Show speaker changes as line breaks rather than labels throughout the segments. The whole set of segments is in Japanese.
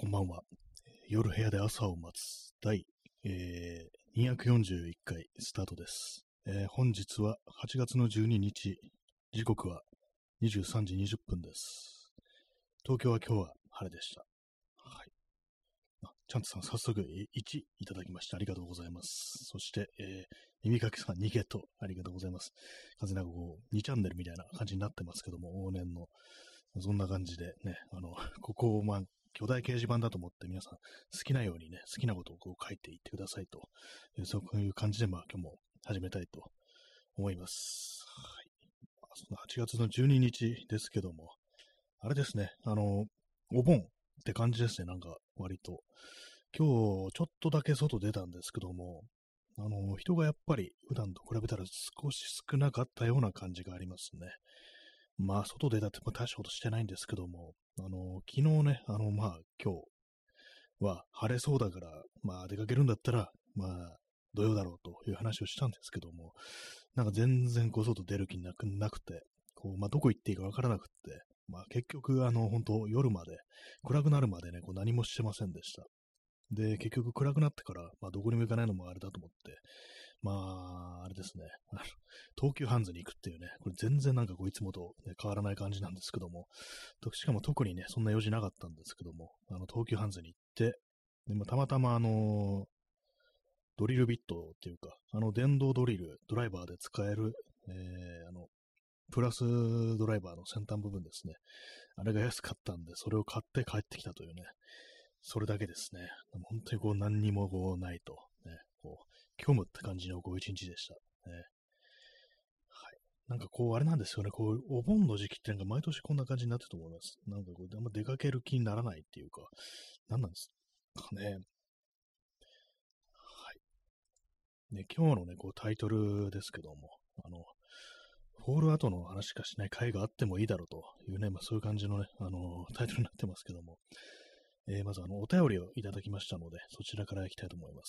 こんばんは。夜部屋で朝を待つ第、241回スタートです。本日は8月の12日、時刻は23時20分です。東京は今日は晴れでした。はい。チャンツさん早速1いただきまして、ありがとうございます。そして、耳かきさん2ゲットありがとうございます。風なんかこう2チャンネルみたいな感じになってますけども、往年のそんな感じでね、ここを巨大掲示板だと思って皆さん好きなようにね、好きなことをこう書いていってくださいと、そういう感じで今日も始めたいと思います。はい。その8月の12日ですけども、あれですね、お盆って感じですね、なんか割と。今日ちょっとだけ外出たんですけども、人がやっぱり普段と比べたら少し少なかったような感じがありますね。外出たって大したことしてないんですけども、昨日ね、今日は晴れそうだから、出かけるんだったら、土曜だろうという話をしたんですけども、なんか全然外出る気なくて、どこ行っていいかわからなくって、結局、本当夜まで、暗くなるまでね、何もしてませんでした。で、結局暗くなってから、どこにも行かないのもあれだと思って、あれですね。東急ハンズに行くっていうね、これ全然なんかいつもと、ね、変わらない感じなんですけども、しかも特にね、そんな用事なかったんですけども、東急ハンズに行って、でたまたまドリルビットっていうか、電動ドリル、ドライバーで使える、プラスドライバーの先端部分ですね。あれが安かったんで、それを買って帰ってきたというね、それだけですね。本当に何にもないと、ね、虚無って感じの一日でした。ね。はい。なんかあれなんですよね。お盆の時期ってなんか毎年こんな感じになってると思います。なんかあんま出かける気にならないっていうか、何なんですかね。はい。ね、今日のね、タイトルですけども、フォールアウトの話しかしない回があってもいいだろうというね、そういう感じのね、タイトルになってますけども、まずお便りをいただきましたので、そちらからいきたいと思います。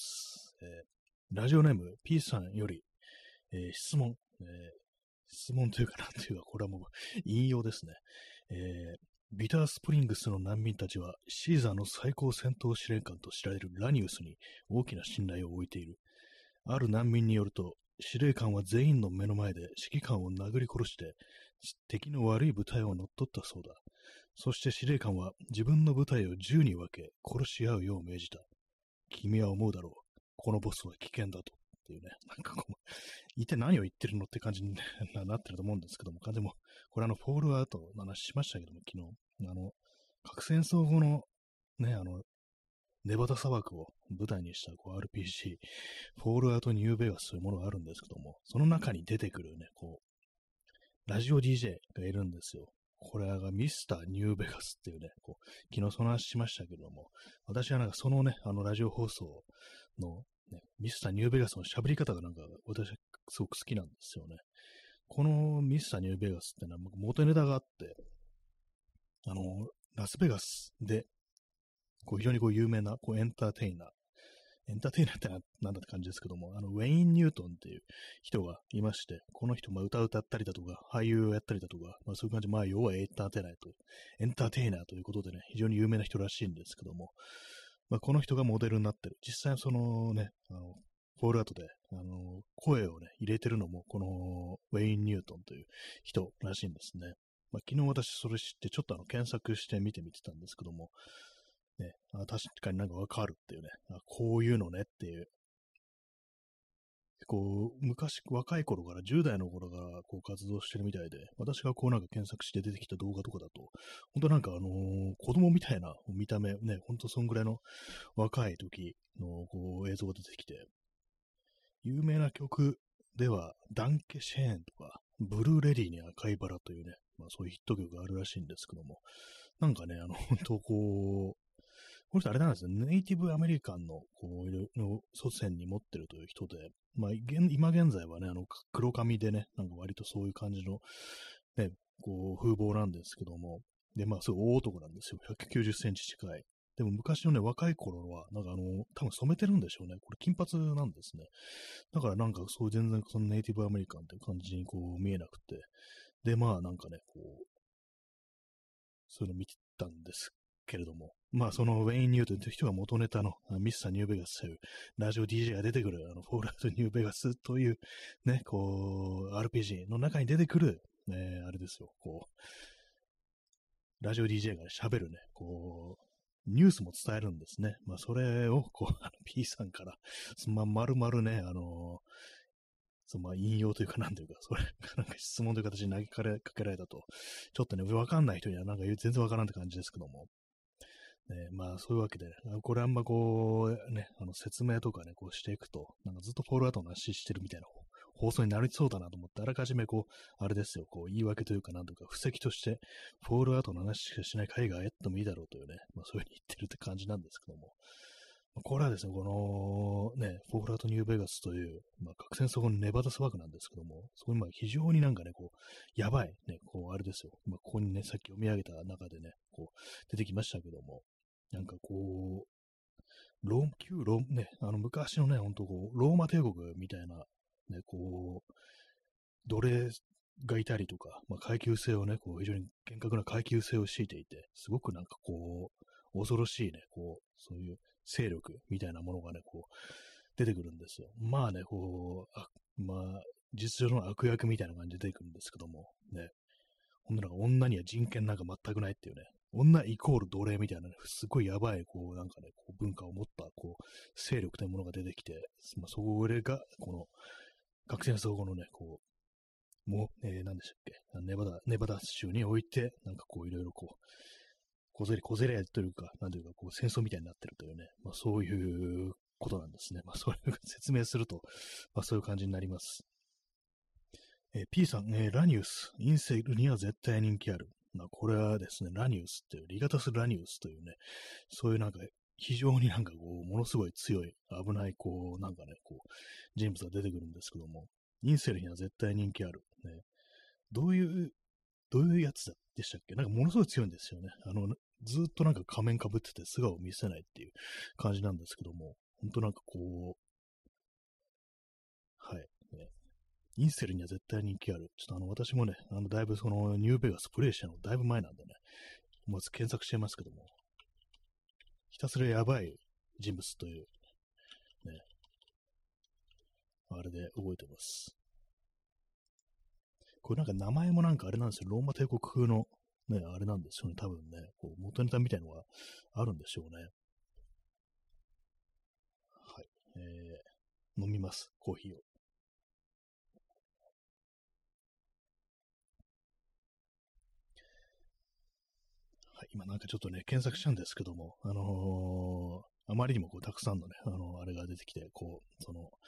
ラジオネーム P さんより、質問、質問というかなんていうか、これはもう引用ですね。ビタースプリングスの難民たちはシーザーの最高戦闘司令官と知られるラニウスに大きな信頼を置いている。ある難民によると、司令官は全員の目の前で指揮官を殴り殺して敵の悪い部隊を乗っ取ったそうだ。そして司令官は自分の部隊を銃に分け殺し合うよう命じた。君は思うだろう。このボスは危険だと。っていうね、なんか一体何を言ってるのって感じになってると思うんですけども、でも、これフォールアウトの話しましたけども、昨日、核戦争後のね、ネバダ砂漠を舞台にしたRPG、フォールアウトニューベガスというものがあるんですけども、その中に出てくるね、ラジオ DJ がいるんですよ。これがミスターニューベガスっていうね、昨日その話しましたけども、私はなんかそのね、ラジオ放送の、ね、ミスターニューベガスの喋り方がなんか私はすごく好きなんですよね。このミスターニューベガスってのは元ネタがあって、ラスベガスで、非常に有名なエンターテイナー、エンターテイナーってなんだって感じですけども、ウェイン・ニュートンっていう人がいまして、この人、歌ったりだとか、俳優をやったりだとか、そういう感じ、要はエンターテイナーということでね、非常に有名な人らしいんですけども、この人がモデルになってる。実際そのね、フォールアウトで、声をね、入れてるのも、このウェイン・ニュートンという人らしいんですね。昨日私それ知って、ちょっと検索して見てたんですけども、ね、確かになんかわかるっていうね、こういうのねっていう、昔、若い頃から、10代の頃から活動してるみたいで、私がなんか検索して出てきた動画とかだと、本当なんか子供みたいな見た目、ね、本当そんぐらいの若い時の映像が出てきて、有名な曲では、ダンケシェーンとか、ブルーレディに赤いバラというね、そういうヒット曲があるらしいんですけども、なんかね、本当この人あれなんですね、ネイティブアメリカンの、祖先に持ってるという人で、今現在はね、黒髪でね、なんか割とそういう感じの、ね、風貌なんですけども、で、すごい大男なんですよ。190センチ近い。でも昔のね、若い頃は、なんか多分染めてるんでしょうね。これ金髪なんですね。だからなんかそう全然そのネイティブアメリカンっていう感じに見えなくて、で、なんかね、そういうの見てたんですけれども、まあそのウェイン・ニュートンという人が元ネタのミスター・ニューベガスというラジオ DJ が出てくるフォールアウト・ニューベガスというね、こう RPG の中に出てくる、あれですよ、こう、ラジオ DJ が喋るね、こう、ニュースも伝えるんですね。まあそれをこう、P さんから、丸々ね、まあ引用というか、なんというか、それなんか質問という形に投げかけられたと、ちょっとね、わかんない人にはなんか全然わからんって感じですけども、ね、まあそういうわけで、これあんまこう、ね、説明とかね、こうしていくと、なんかずっとフォールアウトの話してるみたいな放送になりそうだなと思って、あらかじめこう、あれですよ、こう言い訳というか、なんというか、布石として、フォールアウトの話しかしない海外へってもいいだろうというね、まあそういうふうに言ってるって感じなんですけども、これはですね、このね、フォールアウトニューベガスという、まあ、核戦争後のネバダ砂漠なんですけども、そこにまあ非常になんかね、こう、やばい、ね、こう、あれですよ。まあ、ここにね、さっき読み上げた中でね、こう、出てきましたけども、なんかこう、ね、昔のね、ほんとこう、ローマ帝国みたいな、ね、こう、奴隷がいたりとか、まあ、階級性をね、こう、非常に厳格な階級性を敷いていて、すごくなんかこう、恐ろしいね、こう、そういう勢力みたいなものがね、こう、出てくるんですよ。まあね、こう、まあ、実情の悪役みたいな感じで出てくるんですけども、ね、ほんとなんか女には人権なんか全くないっていうね、女イコール奴隷みたいなね、すごいやばい、こう、なんかね、こう文化を持った、こう、勢力というものが出てきて、まあ、それが、この、核戦争後のね、こう、何でしたっけ、ネバダ州において、なんかこう、いろいろこう、小競り合いというか、なんというか、こう、戦争みたいになってるというね、まあ、そういうことなんですね。まあ、それを説明すると、まあ、そういう感じになります。P さん、ラニウス、インセルには絶対人気ある。まあ、これはですね、ラニウスっていう、リガタス・ラニウスというね、そういうなんか、非常になんかこう、ものすごい強い、危ない、こう、なんかね、こう、人物が出てくるんですけども、インセルには絶対人気ある。ね、どういうやつでしたっけ？なんかものすごい強いんですよね。ずっとなんか仮面かぶってて素顔を見せないっていう感じなんですけども、ほんとなんかこう、はい、ね。インセルには絶対人気ある。ちょっと私もね、だいぶそのニューベガスプレイしたのだいぶ前なんでね、まず検索してますけども、ひたすらやばい人物という、ね、あれで覚えてます。これなんか名前もなんかあれなんですよ、ローマ帝国風のね、あれなんですよね、多分ね、こう元ネタみたいのがあるんでしょうね。はい。飲みます、コーヒーを。はい、今なんかちょっとね、検索したんですけども、あまりにもこうたくさんのね、あれが出てきて、こう、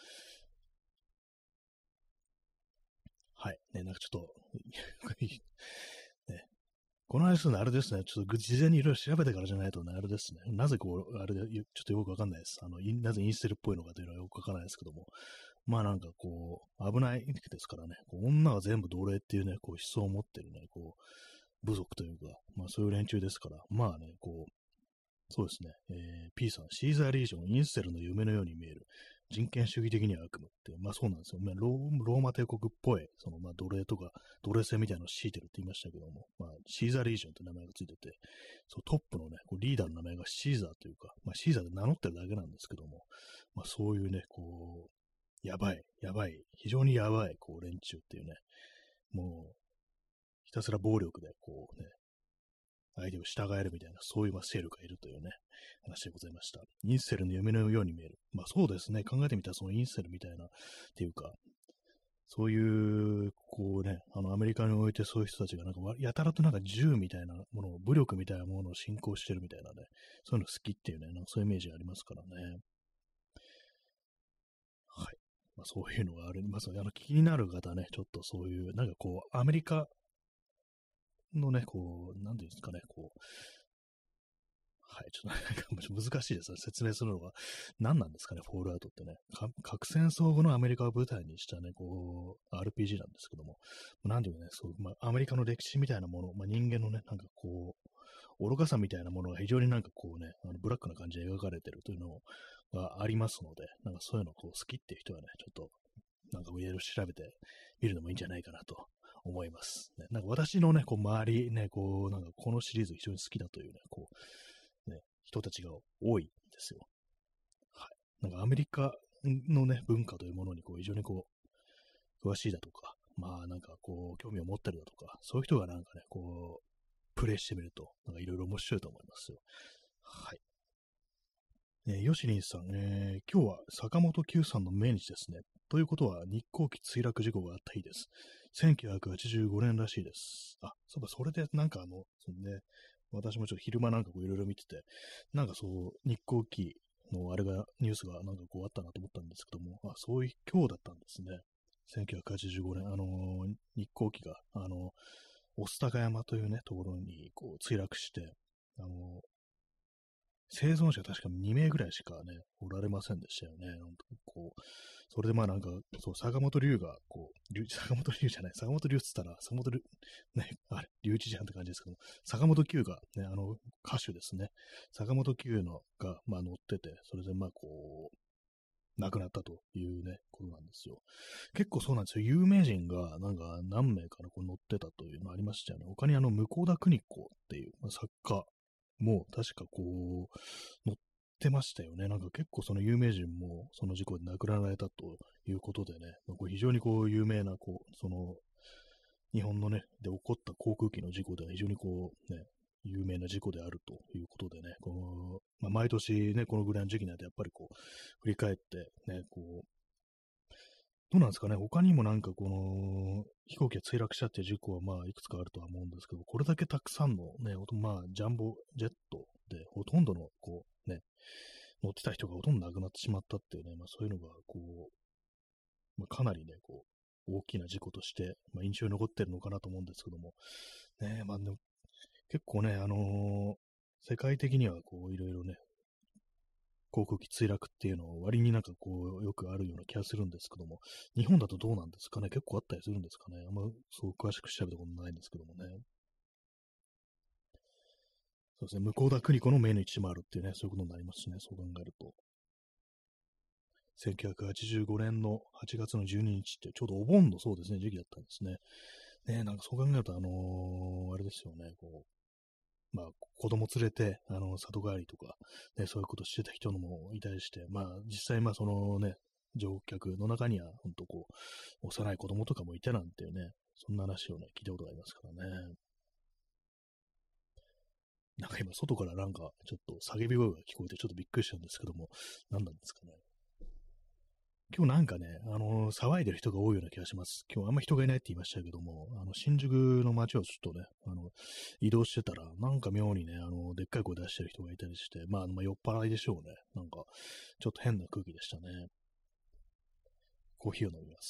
はい、ね、なんかちょっとね、この話するのあれですね、ちょっと事前にいろいろ調べてからじゃないとね、あれですね、なぜこう、あれで、ちょっとよくわかんないです。なぜインステルっぽいのかというのはよくわからないですけども、まあなんかこう、危ないですからね、こう女は全部奴隷っていうね、こう思想を持ってるね、こう、部族というか、まあそういう連中ですから、まあね、こう、そうですね。P さん、シーザーリージョン、インステルの夢のように見える。人権主義的には悪夢って、まあそうなんですよ。まあ、ローマ帝国っぽい、まあ奴隷とか、奴隷制みたいなのを強いてるって言いましたけども、まあシーザーリージョンって名前がついてて、そうトップのね、こうリーダーの名前がシーザーというか、まあシーザーで名乗ってるだけなんですけども、まあそういうね、こう、やばい、非常にやばい、こう連中っていうね、もう、ひたすら暴力で、こうね、相手を従えるみたいな、そういう勢力がいるというね、話でございました。インセルの夢のように見える。まあそうですね、考えてみたらそのインセルみたいな、っていうか、そういう、こうね、アメリカにおいてそういう人たちがなんかやたらとなんか銃みたいなものを、武力みたいなものを信仰してるみたいなね、そういうの好きっていうね、なんかそういうイメージがありますからね。はい。まあそういうのがありますので、気になる方ね、ちょっとそういう、なんかこう、アメリカのね、こう、なんていうんですかね、こう、はい、ちょっとなんか難しいですね。説明するのが。何なんですかね、フォールアウトってね。核戦争後のアメリカを舞台にしたね、こう、RPG なんですけども、なんていうかね、そう、まあ、アメリカの歴史みたいなもの、まあ、人間のね、なんかこう、愚かさみたいなものが非常になんかこうね、ブラックな感じで描かれてるというのがありますので、なんかそういうのこう好きっていう人はね、ちょっと、なんかいろいろ調べてみるのもいいんじゃないかなと思います。ね、なんか私のね、こう周りね、こう、なんかこのシリーズ非常に好きだというね、こう、ね、人たちが多いんですよ。はい。なんかアメリカのね、文化というものにこう非常にこう、詳しいだとか、まあなんかこう、興味を持ってるだとか、そういう人がなんかね、こう、プレイしてみると、なんかいろいろ面白いと思いますよ。はい。ヨシリンさん、今日は坂本九さんの命日ですね。ということは、日航機墜落事故があった日です。1985年らしいです。あ、そうか、それでなんかそのね、私もちょっと昼間なんかこういろいろ見てて、なんかそう、日航機のあれが、ニュースがなんかこうあったなと思ったんですけども、あ、そういう今日だったんですね。1985年、日航機が、御巣鷹山というね、ところにこう墜落して、あの生存者確か2名ぐらいしかね、おられませんでしたよね。なんかこう、それでまあなんか、そう、坂本龍が、こう、坂本龍じゃない、坂本龍っつったら、坂本龍、ね、あれ、龍一じゃんって感じですけども、坂本九が、ね、歌手ですね。坂本九のが、まあ乗ってて、それでまあこう、亡くなったというね、ことなんですよ。結構そうなんですよ。有名人が、なんか何名かのこう乗ってたというのありましたよね。他に向田邦子っていう、まあ、作家も確かこう、乗ってましたよね。なんか結構その有名人もその事故で亡くなられたということでね、まあ、こう非常にこう有名な、こう、その、日本のね、で起こった航空機の事故では非常にこう、ね、有名な事故であるということでね、この、まあ、毎年ね、このぐらいの時期になってやっぱりこう、振り返ってね、こう、どうなんですかね、他にもなんかこの、飛行機が墜落したっていう事故はまあいくつかあるとは思うんですけど、これだけたくさんのね、まあジャンボジェットでほとんどのこうね、乗ってた人がほとんど亡くなってしまったっていうね、まあそういうのがこう、まあ、かなりね、こう、大きな事故として、まあ、印象に残ってるのかなと思うんですけども、ね、まあでも結構ね、世界的にはこういろいろね、航空機墜落っていうのを割になんかこう、よくあるような気がするんですけども、日本だとどうなんですかね、結構あったりするんですかね、あんまそう詳しく調べたことないんですけどもね。そうですね、向田邦子の命日もあるっていうね、そういうことになりますしね、そう考えると。1985年の8月の12日ってちょうどお盆のそうですね、時期だったんですね。ね、なんかそう考えると、あれですよね、こう、まあ、子供連れて、里帰りとか、ね、そういうことしてた人のもいたりして、まあ、実際、まあ、そのね、乗客の中には、ほんとこう、幼い子供とかもいてなんていうね、そんな話をね、聞いたことがありますからね。なんか今、外からなんか、ちょっと叫び声が聞こえて、ちょっとびっくりしたんですけども、何なんですかね。今日なんかね、騒いでる人が多いような気がします。今日あんま人がいないって言いましたけども、新宿の街をちょっとね、移動してたら、なんか妙にね、でっかい声出してる人がいたりして、まあ、まあ、酔っ払いでしょうね。なんか、ちょっと変な空気でしたね。コーヒーを飲みます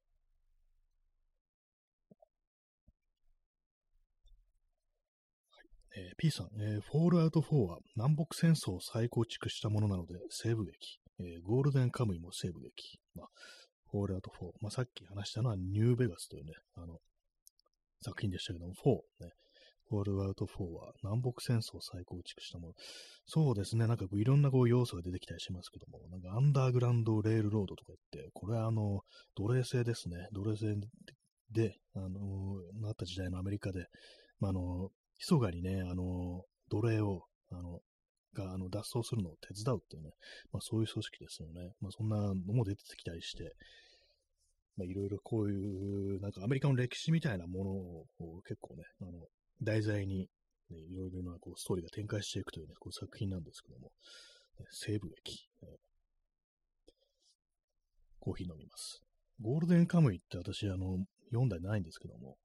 。P さん、フォールアウト4は南北戦争を再構築したものなので西部劇、ゴールデンカムイも西部劇、まあ、フォールアウト4、まあ、さっき話したのはニューベガスというね、作品でしたけども、4、ね、フォールアウト4は南北戦争を再構築したもの。そうですね、なんかこういろんなこう要素が出てきたりしますけども、なんかアンダーグラウンドレールロードとか言って、これは奴隷制ですね。奴隷制で、なった時代のアメリカで、まあ、密かにね、奴隷を、脱走するのを手伝うっていうね、まあそういう組織ですよね。まあそんなのも出てきたりして、まあいろいろこういう、なんかアメリカの歴史みたいなものを結構ね、題材に、ね、いろいろなこうストーリーが展開していくというね、こう作品なんですけども、西部劇、コーヒー飲みます。ゴールデンカムイって私、読んだりないんですけども、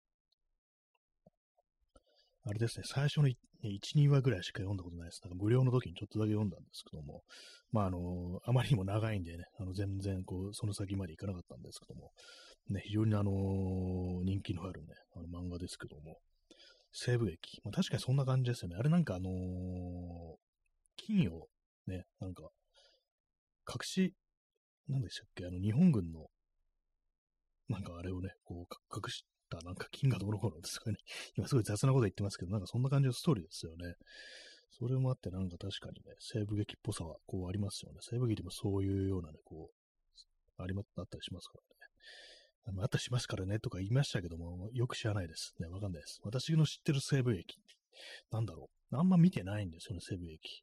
あれですね、最初の1、2話ぐらいしか読んだことないです。なんか無料の時にちょっとだけ読んだんですけども、まあ、あまりにも長いんでね、全然、こう、その先までいかなかったんですけども、ね、非常に人気のあるね、漫画ですけども、西部劇。まあ、確かにそんな感じですよね。あれなんか金をね、なんか、隠し、なんでしたっけ、日本軍の、なんかあれをね、こう、隠したなんか金がどうのこうのですかね。今すごい雑なこと言ってますけど、なんかそんな感じのストーリーですよね。それもあってなんか確かにね、西部劇っぽさはこうありますよね。西部劇でもそういうようなね、こう、あったりしますからね。 あったりしますからねとか言いましたけども、よく知らないです。ね、わかんないです。私の知ってる西部駅、なんだろう。あんま見てないんですよね、西部駅。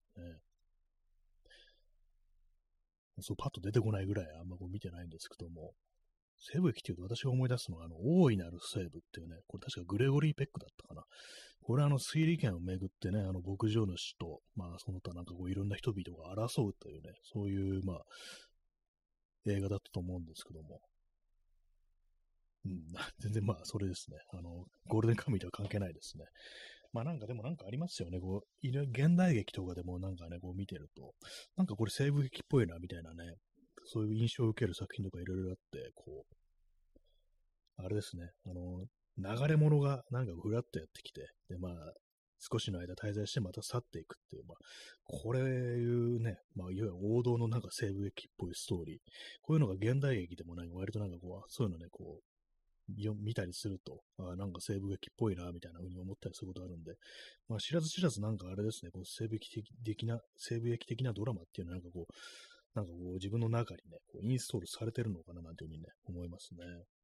そう、パッと出てこないぐらいあんまこう見てないんですけども、西部駅っていうと私が思い出すのは、大いなる西部っていうね、これ確かグレゴリー・ペックだったかな。これ推理権をめぐってね、牧場主と、まあ、その他なんかこういろんな人々が争うというね、そういう、まあ、映画だったと思うんですけども、うん、全然まあ、それですね。ゴールデンカムイとは関係ないですね。まあなんかでもなんかありますよね。こう、現代劇とかでもなんかね、こう見てると、なんかこれ西部劇っぽいな、みたいなね、そういう印象を受ける作品とかいろいろあって、こう、あれですね、流れ物がなんかふらっとやってきて、で、まあ、少しの間滞在してまた去っていくっていう、まあ、これいうね、まあ、いわゆる王道のなんか西部劇っぽいストーリー、こういうのが現代劇でもなんか割となんかこう、そういうのね、こう、見たりすると、なんか西部劇っぽいな、みたいな風に思ったりすることあるんで、まあ、知らず知らずなんかあれですね、こう西部劇的なドラマっていうのはなんかこう自分の中にね、こうインストールされてるのかななんていう風にね、思いますね。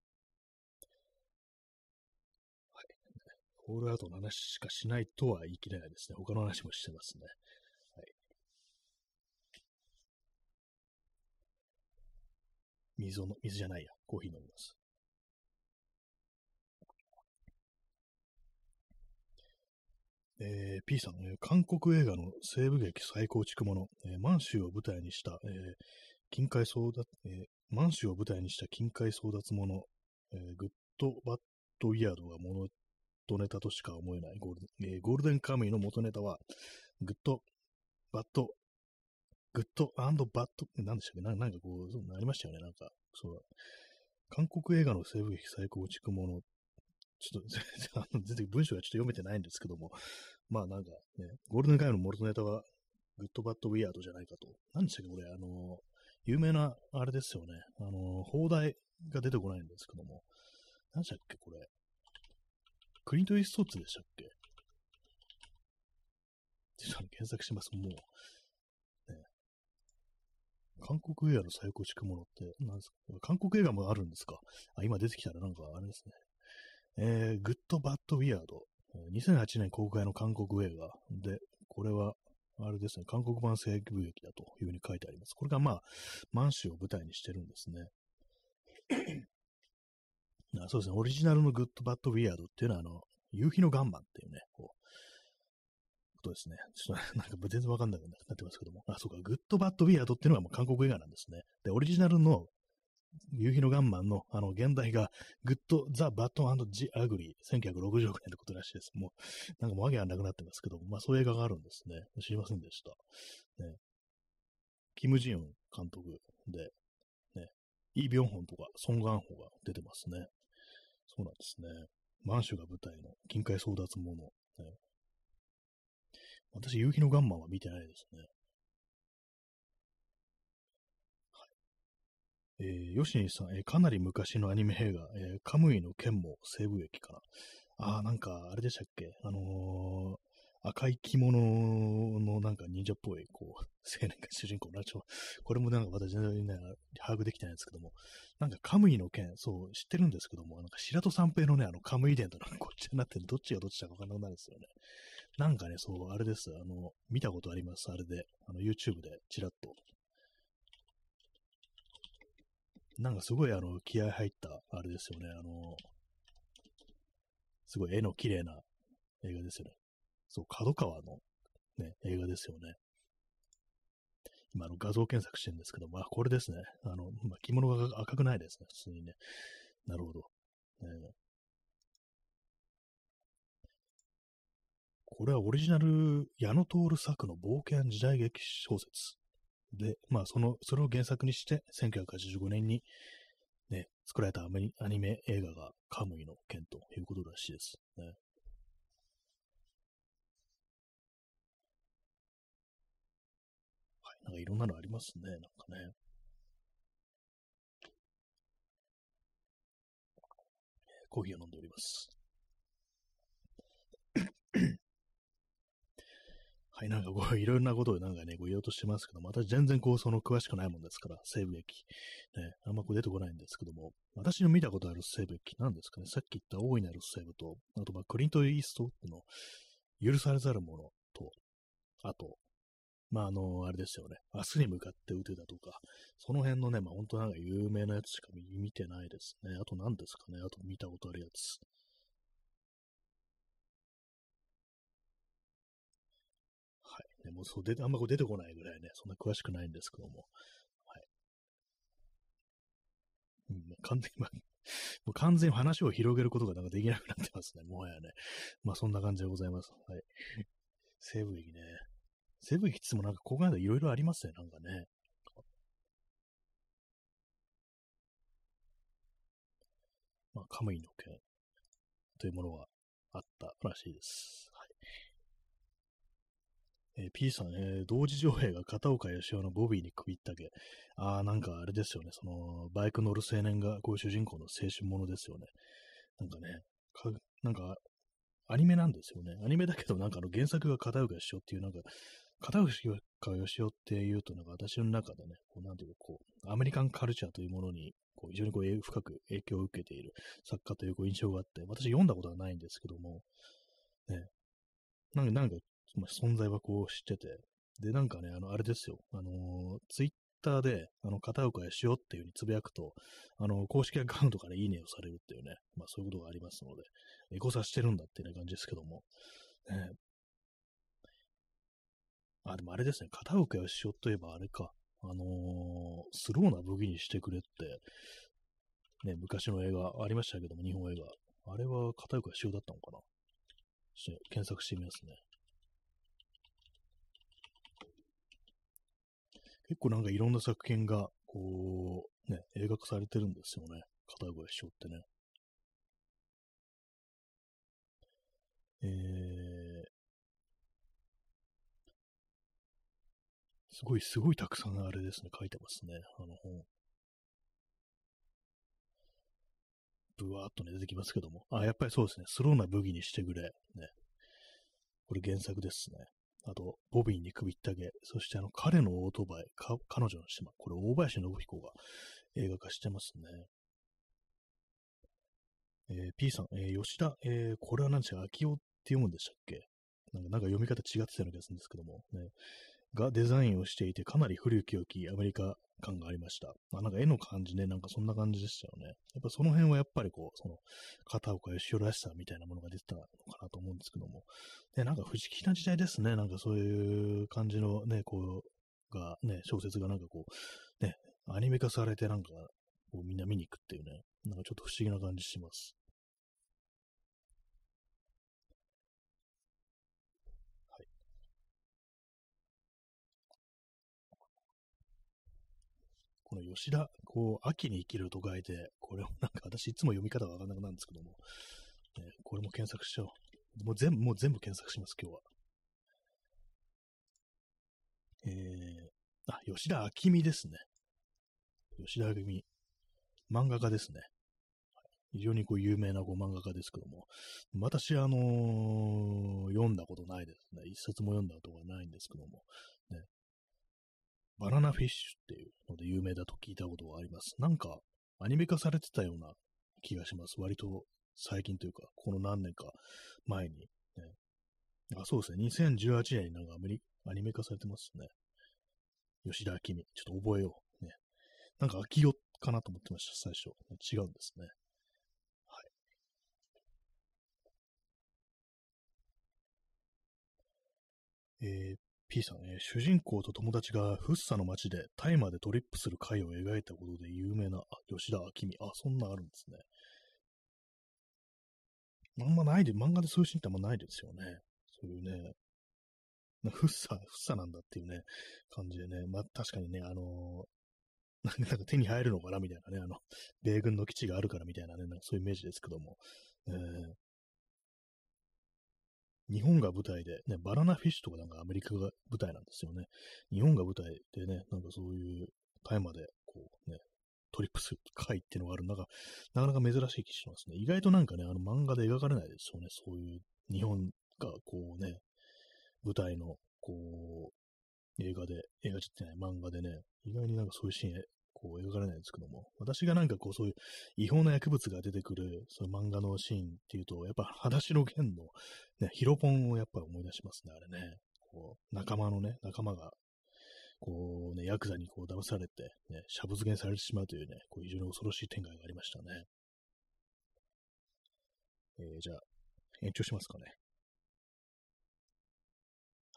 はい。ホールアウトの話しかしないとは言い切れないですね。他の話もしてますね。はい。水じゃないや。コーヒー飲みます。P さん、韓国映画の西部劇再構築もの、満州を舞台にした、近海争奪、満州を舞台にした近海争奪もの、グッド・バッド・ウィアードが元ネタとしか思えないゴールデンカムイの元ネタは、グッド・バッド・グッドバッド、なんでしたっけなんかこう、そうなりましたよね。なんか、そう、韓国映画の西部劇再構築もの、ちょっと全然文章はちょっと読めてないんですけども、まあなんかね、ゴールデンカムイの元ネタは、グッドバッドウィアードじゃないかと。何でしたっけ、これ、有名な、あれですよね。放題が出てこないんですけども。何でしたっけ、これ。クリント・イーストウッドでしたっけ。ちょっと検索します。もう、ね、韓国映画の再構築ものって、何ですか。韓国映画もあるんですか。今出てきたらなんかあれですね。グッド・バッド・ウィアード。2008年公開の韓国映画で、これは、あれですね、韓国版西部劇だというふうに書いてあります。これがまあ、満州を舞台にしてるんですね。そうですね、オリジナルのグッド・バッド・ウィアードっていうのは、夕日のガンマンっていうね、ことですね。ちょっとなんか全然わかんなくなってますけども。そうか、グッド・バッド・ウィアードっていうのがもう韓国映画なんですね。で、オリジナルの夕日のガンマンの現代が、グッド・ザ・バッド・ジ・アグリー、1966年ってことらしいです。もう、なんかもうわけがなくなってますけども、まあそういう映画があるんですね。知りませんでした。ね、キム・ジヨン監督で、ね、イ・ビョンホンとか、ソン・ガンホが出てますね。そうなんですね。満州が舞台の近海争奪もの。ね、私、夕日のガンマンは見てないですね。ヨシニさん、かなり昔のアニメ映画、カムイの剣も西部駅かな。なんか、あれでしたっけ赤い着物のなんか忍者っぽい、こう、青年が主人公のこれもなんか私全然ね、把握できてないんですけども、なんかカムイの剣、そう、知ってるんですけども、なんか白戸三平のね、カムイ伝となんかこっちになってどっちがどっちだかわかんなくなるんですよね。なんかね、そう、あれです。見たことあります。あれで、YouTube でチラッと。なんかすごい気合入った、あれですよね。すごい絵の綺麗な映画ですよね。そう、角川のね、映画ですよね。今、画像検索してるんですけど、まあ、これですね。着物が赤くないですね、普通にね。なるほど。これはオリジナル、矢野徹作の冒険時代劇小説で、まあ、それを原作にして、1985年にね、作られたアニメ映画がカムイの剣ということらしいです。ね、はい、なんかいろんなのありますね、なんかね。コーヒーを飲んでおります。ははい、なんかこう、いろんなことをなんかね、こう言おうとしてますけども、私全然こう、その詳しくないもんですから、西部劇。ね、あんまこう出てこないんですけども、私の見たことある西部劇なんですかね、さっき言った大いなる西部と、あとまあ、クリント・イーストウッドの許されざるものと、あと、まあ、あれですよね、明日に向かって撃てたとか、その辺のね、まあ、本当なんか有名なやつしか見てないですね。あと何ですかね、あと見たことあるやつ。はい。ね、もうそうあんまこう出てこないぐらいね、そんな詳しくないんですけども。はい。うん、完全に、もう完全に話を広げることがなんかできなくなってますね、もはやね。まあそんな感じでございます。はい。西部劇ね。西部劇ってもなんかここまでいろいろありますね、なんかね。まあ、カムイの剣というものがあったらしいです。はい。P さん、同時上映が片岡義雄のボビーに首ったけ。ああ、なんかあれですよね。その、バイク乗る青年がこう主人公の青春ものですよね。なんかね、なんか、アニメなんですよね。アニメだけど、なんか原作が片岡義雄っていう、なんか、片岡義雄っていうと、なんか私の中でね、こうなんていうか、こう、アメリカンカルチャーというものに、こう非常にこう深く影響を受けている作家というこう印象があって、私読んだことはないんですけども、ね、なんか、まあ存在はこう知ってて、で、なんかね、あれですよ、ツイッターで、片岡義雄っていう風につぶやくと、公式アカウントからいいねをされるっていうね、まあそういうことがありますので、エゴサしてるんだっていうね感じですけども、ね、あ、でもあれですね、片岡義雄といえばあれか、スローな武器にしてくれって、ね、昔の映画ありましたけども、日本映画。あれは片岡義雄だったのかな、検索してみますね。結構なんかいろんな作品が、こう、ね、映画化されてるんですよね。片岡義雄ってね。すごいたくさんあれですね、書いてますね。本。ぶわーっとね、出てきますけども。あ、やっぱりそうですね。スローな武器にしてくれ。ね。これ原作ですね。あと、ボビーに首ったけ。そして彼のオートバイ、彼女の島。これ、大林信彦が映画化してますね。P さん、吉田、これは何でしたっけ、秋夫って読むんでしたっけ、なんか読み方違ってたような気がするんですけども、ね、がデザインをしていて、かなり古き良きアメリカ感がありました。なんか絵の感じね、なんかそんな感じでしたよね。やっぱその辺はやっぱりこう、その、片岡義雄らしさみたいなものが出てたのかなと思うんですけども。で、なんか不思議な時代ですね。なんかそういう感じのね、こう、がね、小説がなんかこう、ね、アニメ化されてなんか、こうみんな見に行くっていうね、なんかちょっと不思議な感じします。はい。この吉田、こう、秋に生きると書いて、これをなんか私いつも読み方がわかんなくなるんですけども、これも検索しちゃおう。もう全部検索します、今日は。吉田明美ですね。吉田明美。漫画家ですね。非常にこう有名なこう漫画家ですけども、私、読んだことないですね。一冊も読んだことがないんですけども、ね、バナナフィッシュっていうので有名だと聞いたことがあります。なんか、アニメ化されてたような気がします。割と最近というか、この何年か前に、ね。そうですね。2018年になんかアニメ化されてますね。吉田明美。ちょっと覚えよう。ね。なんか秋代かなと思ってました、最初。違うんですね。はい。P さん、主人公と友達がフッサの街で大麻でトリップする回を描いたことで有名な、吉田明美。そんなあるんですね。あんまないで、漫画でそういうシーンってあんまないですよね。そういうね、フッサなんだっていうね、感じでね、まあ確かにね、なんか手に入るのかなみたいなね、米軍の基地があるからみたいなね、なんかそういうイメージですけども、日本が舞台で、ね、バナナフィッシュとかなんかアメリカが舞台なんですよね。日本が舞台でね、なんかそういう大麻で、こうね、トリップする回っていうのがある、なんか、なかなか珍しい気しますね。意外となんかね、漫画で描かれないですよね。そういう日本がこうね、舞台のこう、映画じゃない、漫画でね、意外になんかそういうシーン、こう描かれないんですけども、私がなんかこうそういう違法な薬物が出てくる、そういう漫画のシーンっていうと、やっぱ裸足の弦の、ね、ヒロポンをやっぱり思い出しますね、あれね。こう、仲間が、こうね、ヤクザにこう騙されて、ね、しゃぶ漬けにされてしまうというね、こう非常に恐ろしい展開がありましたね。じゃあ、延長しますかね。はい。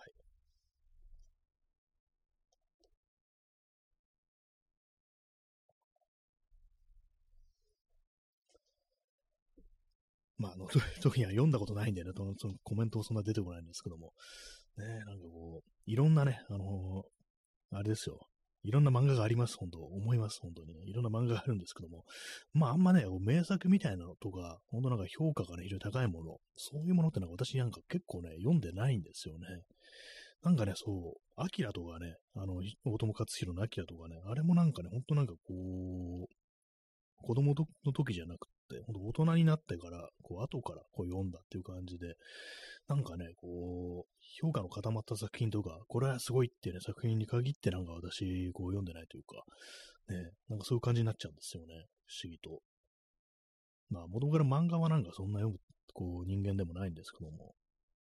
まあ、特には読んだことないんでね、そのコメントもそんな出てこないんですけども、ね、なんかこう、いろんなね、あれですよ。いろんな漫画があります、本当思います、本当にね。いろんな漫画があるんですけども。まあ、あんまね、名作みたいなのとか、本当なんか評価がね、非常に高いもの、そういうものってのは私なんか結構ね、読んでないんですよね。なんかね、そう、アキラとかね、大友克洋のアキラとかね、あれもなんかね、ほんとなんかこう、子供の時じゃなくって、ほんと大人になってから、こう、後からこう読んだっていう感じで、なんかね、こう、評価の固まった作品とか、これはすごいっていうね、作品に限ってなんか私、こう読んでないというか、ね、なんかそういう感じになっちゃうんですよね、不思議と。まあ、元から漫画はなんかそんな読む、こう、人間でもないんですけども、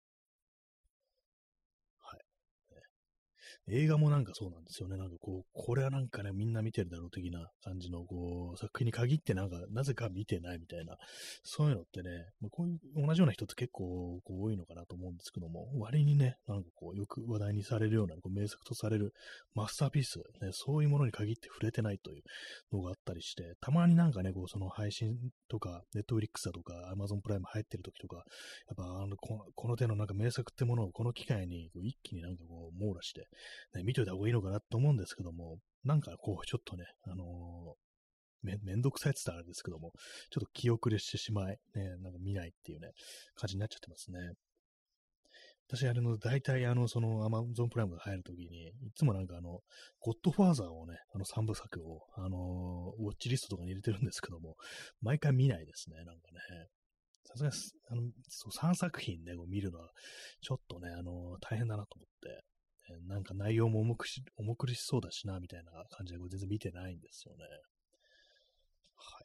はい。映画もなんかそうなんですよね。なんかこう、これはなんかね、みんな見てるだろう的な感じの、こう、作品に限ってなんか、なぜか見てないみたいな、そういうのってね、まあ、こういう同じような人って結構こう多いのかなと思うんですけども、割にね、なんかこう、よく話題にされるような、こう名作とされるマスターピース、ね、そういうものに限って触れてないというのがあったりして、たまになんかね、こう、その配信とか、ネットフリックスだとか、アマゾンプライム入ってる時とか、やっぱこの手のなんか名作ってものをこの機会にこう一気になんかこう網羅して、ね、見といた方がいいのかなと思うんですけども、なんかこうちょっとね、めんどくさいって言ったらあれですけども、ちょっと気遅れしてしまい、ね、なんか見ないっていうね、感じになっちゃってますね。私、大体その、アマゾンプライムが入るときに、いつもなんかゴッドファーザーをね、3部作を、ウォッチリストとかに入れてるんですけども、毎回見ないですね、なんかね。さすがに、そう、3作品ね、こう見るのは、ちょっとね、大変だなと思って、なんか内容も重苦しそうだしな、みたいな感じで、これ全然見てないんですよね。はい。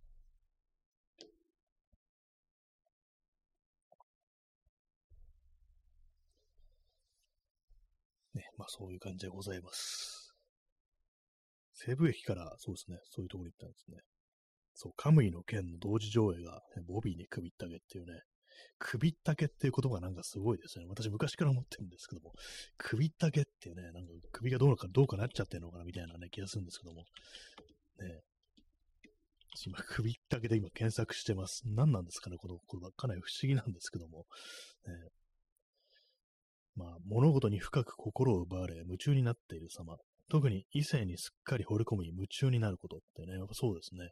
ね、まあそういう感じでございます。西武駅から、そうですね、そういうところに行ったんですね。そう、カムイの剣の同時上映が、ね、ボビーに首ったけっていうね、首ったけっていう言葉がなんかすごいですね。私昔から思ってるんですけども、首ったけっていうね、なんか首がどうかなっちゃってるのかなみたいなね、気がするんですけども、ね、今、首ったけで今検索してます。何なんですかね、この言葉。かなり不思議なんですけども、ね、まあ、物事に深く心を奪われ、夢中になっている様。特に異性にすっかり惚れ込み、夢中になることってね、やっぱそうですね。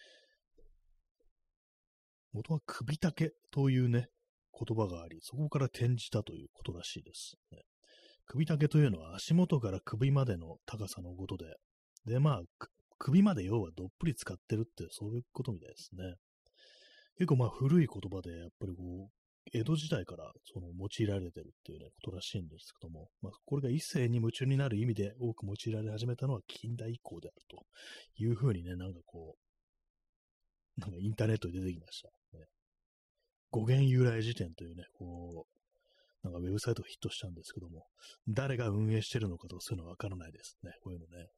元は首丈というね、言葉があり、そこから転じたということらしいです。ね、首丈というのは足元から首までの高さのことで、で、まあ、首まで要はどっぷり使ってるってそういうことみたいですね。結構まあ古い言葉で、やっぱりこう、江戸時代からその用いられてるっていうね、ことらしいんですけども、まあ、これが異性に夢中になる意味で多く用いられ始めたのは近代以降であるというふうにね、なんかこう、なんかインターネットで出てきました。ね、語源由来辞典というね、こう、なんかウェブサイトがヒットしたんですけども、誰が運営してるのかとかそういうのはわからないですね、こういうのね。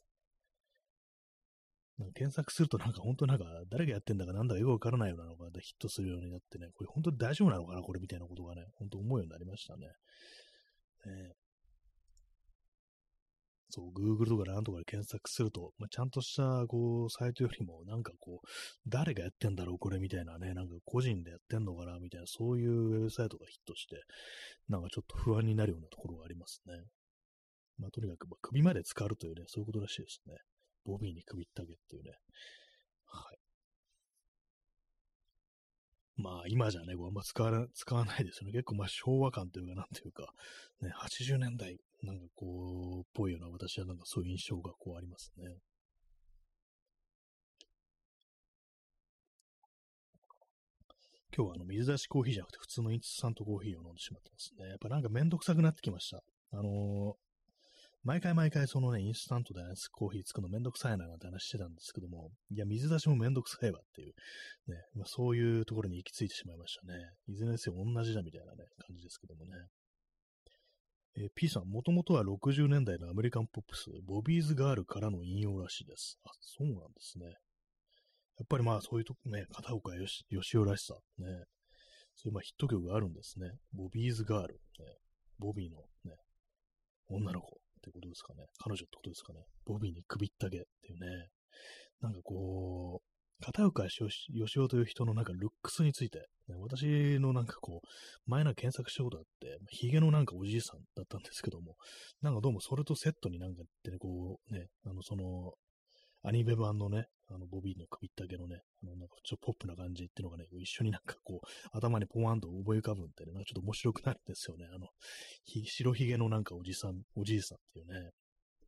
なんか検索するとなんか本当なんか誰がやってんだかなんだかよくわからないようなのがヒットするようになってね、これ本当に大丈夫なのかなこれみたいなことがね、本当思うようになりましたね。ね、そう、Google とかなんとかで検索すると、まあ、ちゃんとしたこうサイトよりもなんかこう、誰がやってんだろうこれみたいなね、なんか個人でやってんのかなみたいな、そういうウェブサイトがヒットして、なんかちょっと不安になるようなところがありますね。まあとにかく、まあ、首まで浸かるというね、そういうことらしいですね。ボビーに首ったけっていうね。はい。まあ、今じゃね、こうあんま使わないですよね。結構、まあ、昭和感というか、なんていうか、ね、80年代、なんかこう、っぽいような、私はなんかそういう印象がこうありますね。今日は水出しコーヒーじゃなくて、普通のインスタントコーヒーを飲んでしまってますね。やっぱなんかめんどくさくなってきました。 毎回毎回そのね、インスタントでアイスコーヒー作るのめんどくさいななんて話してたんですけども、いや、水出しもめんどくさいわっていう、ね、そういうところに行き着いてしまいましたね。いずれにせよ同じだみたいなね、感じですけどもね。P さん、もともとは60年代のアメリカンポップス、ボビーズガールからの引用らしいです。あ、そうなんですね。やっぱりまあそういうとこね、片岡よしおらしさ、ね、そういうまあヒット曲があるんですね。ボビーズガール、ね、ボビーのね、女の子ってことですかね。彼女ってことですかね。ボビーに首ったけっていうね。なんかこう、片岡よしおという人のなんかルックスについて、ね、私のなんかこう、前検索したことあって、ヒゲのなんかおじいさんだったんですけども、なんかどうもそれとセットになんかってね、こうね、アニメ版のね、ボビーの首ったけのね、なんかちょっとポップな感じっていうのがね、一緒になんかこう、頭にポワンと思い浮かぶんでね、なんかちょっと面白くなるんですよね。白ひげのなんかおじいさんっていうね。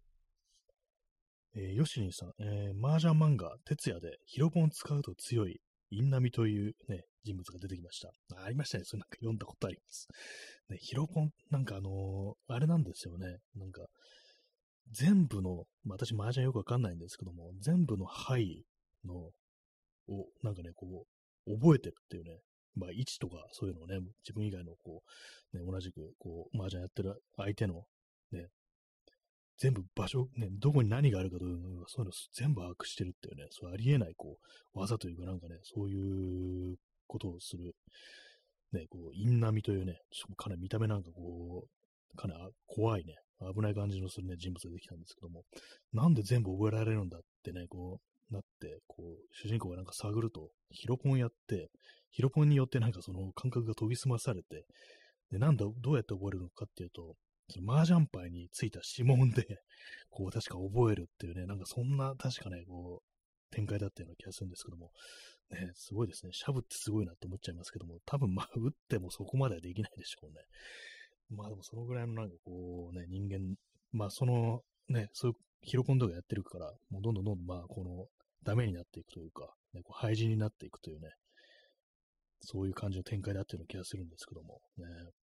ヨシニンさん、麻雀漫画、徹夜でヒロポン使うと強い、インナミというね、人物が出てきました。ありましたね。それなんか読んだことあります。ね、ヒロポン、なんかあれなんですよね。なんか、全部の、私麻雀よくわかんないんですけども、全部の牌の、なんかね、こう、覚えてるっていうね、まあ、位置とかそういうのをね、自分以外のこう、ね、同じく、こう、麻雀やってる相手の、ね、全部場所、ね、どこに何があるかというのが、そういうの全部把握してるっていうね、そうありえない、こう、技というかなんかね、そういうことをする、ね、こう、インナミというね、かなり見た目なんかこう、かなり怖いね、危ない感じのするね、人物ができたんですけども、なんで全部覚えられるんだってね、こう、なって、こう、主人公がなんか探ると、ヒロポンやって、ヒロポンによってなんかその感覚が研ぎ澄まされて、で、どうやって覚えるのかっていうと、その麻雀牌についた指紋で、こう、確か覚えるっていうね、なんかそんな、確かね、こう、展開だったような気がするんですけども、ね、すごいですね。シャブってすごいなって思っちゃいますけども、多分まあ、打ってもそこまではできないでしょうね。まあでもそのぐらいのなんかこうね、人間、まあそのね、そういうヒロコンとかやってるから、もうどんどんどんどんまあこのダメになっていくというか、ね、こう廃人になっていくというね、そういう感じの展開だったような気がするんですけども、ね。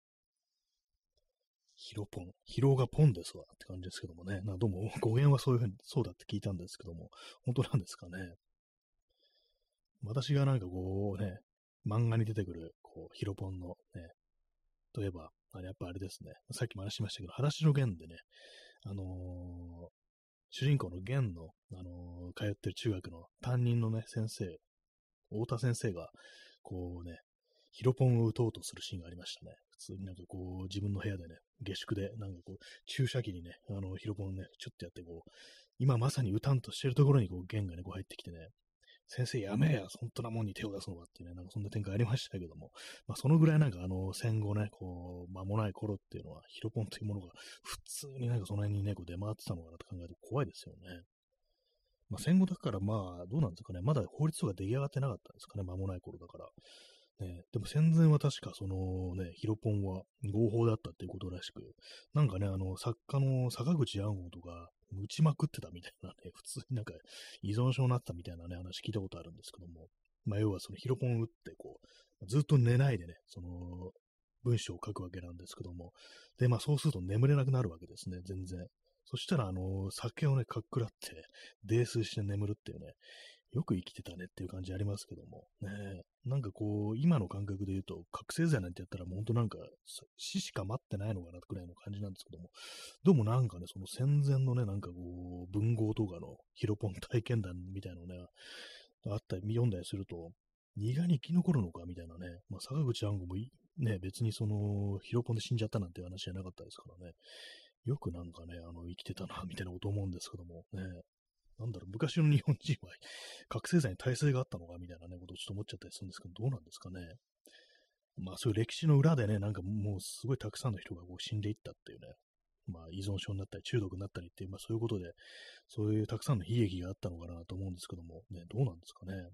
ヒロポン。疲労がポンですわって感じですけどもね。どうも語源はそういうふうに、そうだって聞いたんですけども、本当なんですかね。私がなんかこうね、漫画に出てくる、こう、ヒロポンのね、例えば、やっぱあれですね。さっきも話しましたけど、裸足の弦でね、あのー主人公の弦の、通ってる中学の担任のね、先生、太田先生が、こうね、ヒロポンを打とうとするシーンがありましたね。普通になんかこう、自分の部屋でね、下宿で、なんかこう、注射器にね、ヒロポンをね、ちょっとやって、こう、今まさに打たんとしてるところに、こう、弦がね、こう入ってきてね、先生やめえや、そんなもんに手を出すのはっていうね、なんかそんな展開ありましたけども、まあそのぐらいなんか戦後ね、こう、間もない頃っていうのは、ヒロポンというものが普通になんかその辺にね、こう出回ってたのかなと考えると怖いですよね。まあ戦後だからまあ、どうなんですかね、まだ法律とか出来上がってなかったんですかね、間もない頃だから。ね、でも戦前は確かそのね、ヒロポンは合法だったっていうことらしく、なんかね、作家の坂口安吾とか、打ちまくってたみたいなね、普通になんか依存症になったみたいなね、話聞いたことあるんですけども、まあ要はそのヒロポン打って、こう、ずっと寝ないでね、その、文章を書くわけなんですけども、で、まあそうすると眠れなくなるわけですね、全然。そしたら、酒をね、かっくらって、泥酔して眠るっていうね、よく生きてたねっていう感じありますけども、ね、なんかこう、今の感覚で言うと、覚醒剤なんてやったらもう本当なんか、死しか待ってないのかなくらいの感じなんですけども、どうもなんかね、その戦前のね、なんかこう、文豪とかのヒロポン体験談みたいなのね、あったり、読んだりすると、意外に生き残るのかみたいなね、まあ、坂口安吾もね、別にその、ヒロポンで死んじゃったなんていう話じゃなかったですからね、よくなんかね、生きてたな、みたいなこと思うんですけども、ね、なんだろう、昔の日本人は覚醒剤に耐性があったのかみたいなね、ことをちょっと思っちゃったりするんですけど、どうなんですかね。まあそういう歴史の裏でね、なんかもうすごいたくさんの人がこう死んでいったっていうね、まあ依存症になったり中毒になったりっていう、まあそういうことで、そういうたくさんの悲劇があったのかなと思うんですけども、ね、どうなんですかね。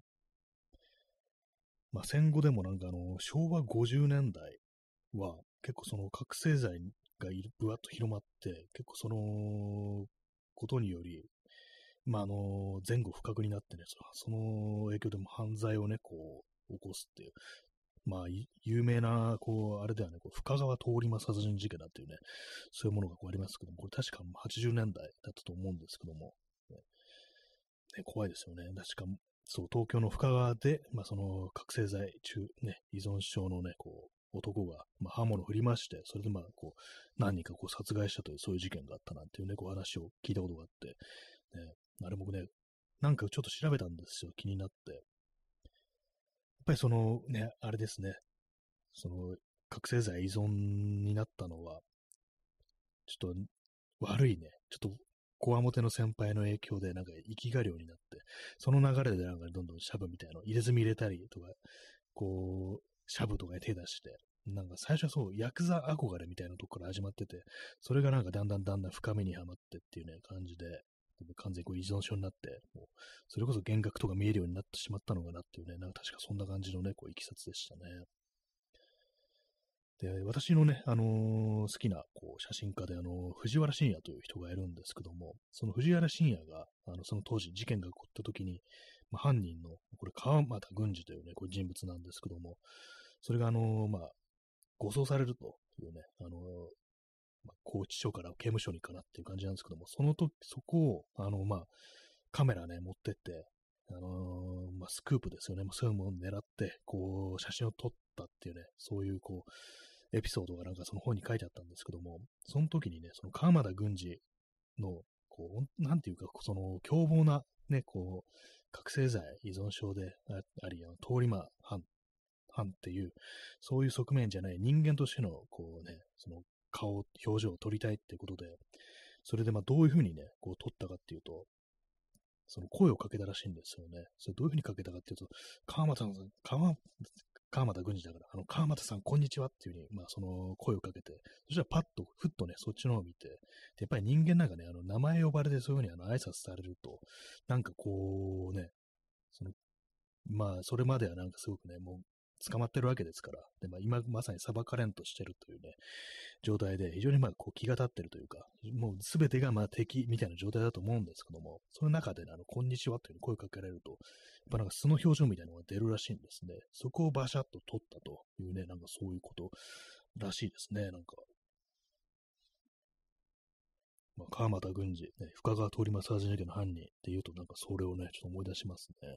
まあ戦後でもなんか昭和50年代は結構その覚醒剤がぶわっと広まって、結構そのことにより、まあ、前後不覚になってね、その影響でも犯罪をね、こう、起こすっていう。 まあ、有名な、あれではね、深川通り魔殺人事件だっていうね、そういうものがありますけども、これ確か80年代だったと思うんですけども、怖いですよね。確か、そう、東京の深川で、その覚醒剤依存症のね、男が、刃物を振りまして、それで何人か殺害したという、そういう事件があったなんていうね、話を聞いたことがあって、ね、あれ僕ね、なんかちょっと調べたんですよ、気になって。やっぱりそのね、あれですね、その、覚醒剤依存になったのは、ちょっと悪いね、ちょっと、こわもての先輩の影響で、なんか、生きがりょうになって、その流れでなんか、どんどんシャブみたいなの入れ墨入れたりとか、シャブとかに手出して、なんか最初はそう、ヤクザ憧れみたいなとこから始まってて、それがなんかだんだん深みにはまってっていうね、感じで、完全に依存症になって、もう、それこそ幻覚とか見えるようになってしまったのかなっていうね、なんか確かそんな感じのね、いきさつでしたね。で、私のね、好きな写真家で、藤原信也という人がいるんですけども、その藤原信也が、その当時事件が起こった時に、犯人の、これ川俣軍司というね、人物なんですけども、それが護送されるというね、拘置所から刑務所にかなっていう感じなんですけども、その時、そこを、カメラね、持ってって、スクープですよね。もうそういうものを狙って、写真を撮ったっていうね、そういう、エピソードがなんかその本に書いてあったんですけども、その時にね、その川田軍司の、なんていうか、その凶暴な、ね、覚醒剤依存症であり、通り魔犯っていう、そういう側面じゃない人間としての、その表情を撮りたいっていうことで、それでどういうふうにね、撮ったかっていうと、その声をかけたらしいんですよね。それどういうふうにかけたかっていうと、川俣軍司だから、川俣さん、こんにちはっていうふうに、その声をかけて、そしたらパッと、ふっとね、そっちの方を見て、でやっぱり人間なんかね、名前呼ばれてそういうふうに挨拶されると、なんかそのそれまではなんかすごくね、もう捕まってるわけですから、で、今まさに裁かれんとしてるというね、状態で、非常に気が立ってるというか、もうすべてが敵みたいな状態だと思うんですけども、その中でね、こんにちはという声をかけられると、やっぱなんか素の表情みたいなのが出るらしいんですね。そこをバシャッと取ったというね、なんかそういうことらしいですね、なんか。川俣軍司、ね、深川通り魔殺人事件の犯人っていうと、なんかそれをね、ちょっと思い出しますね。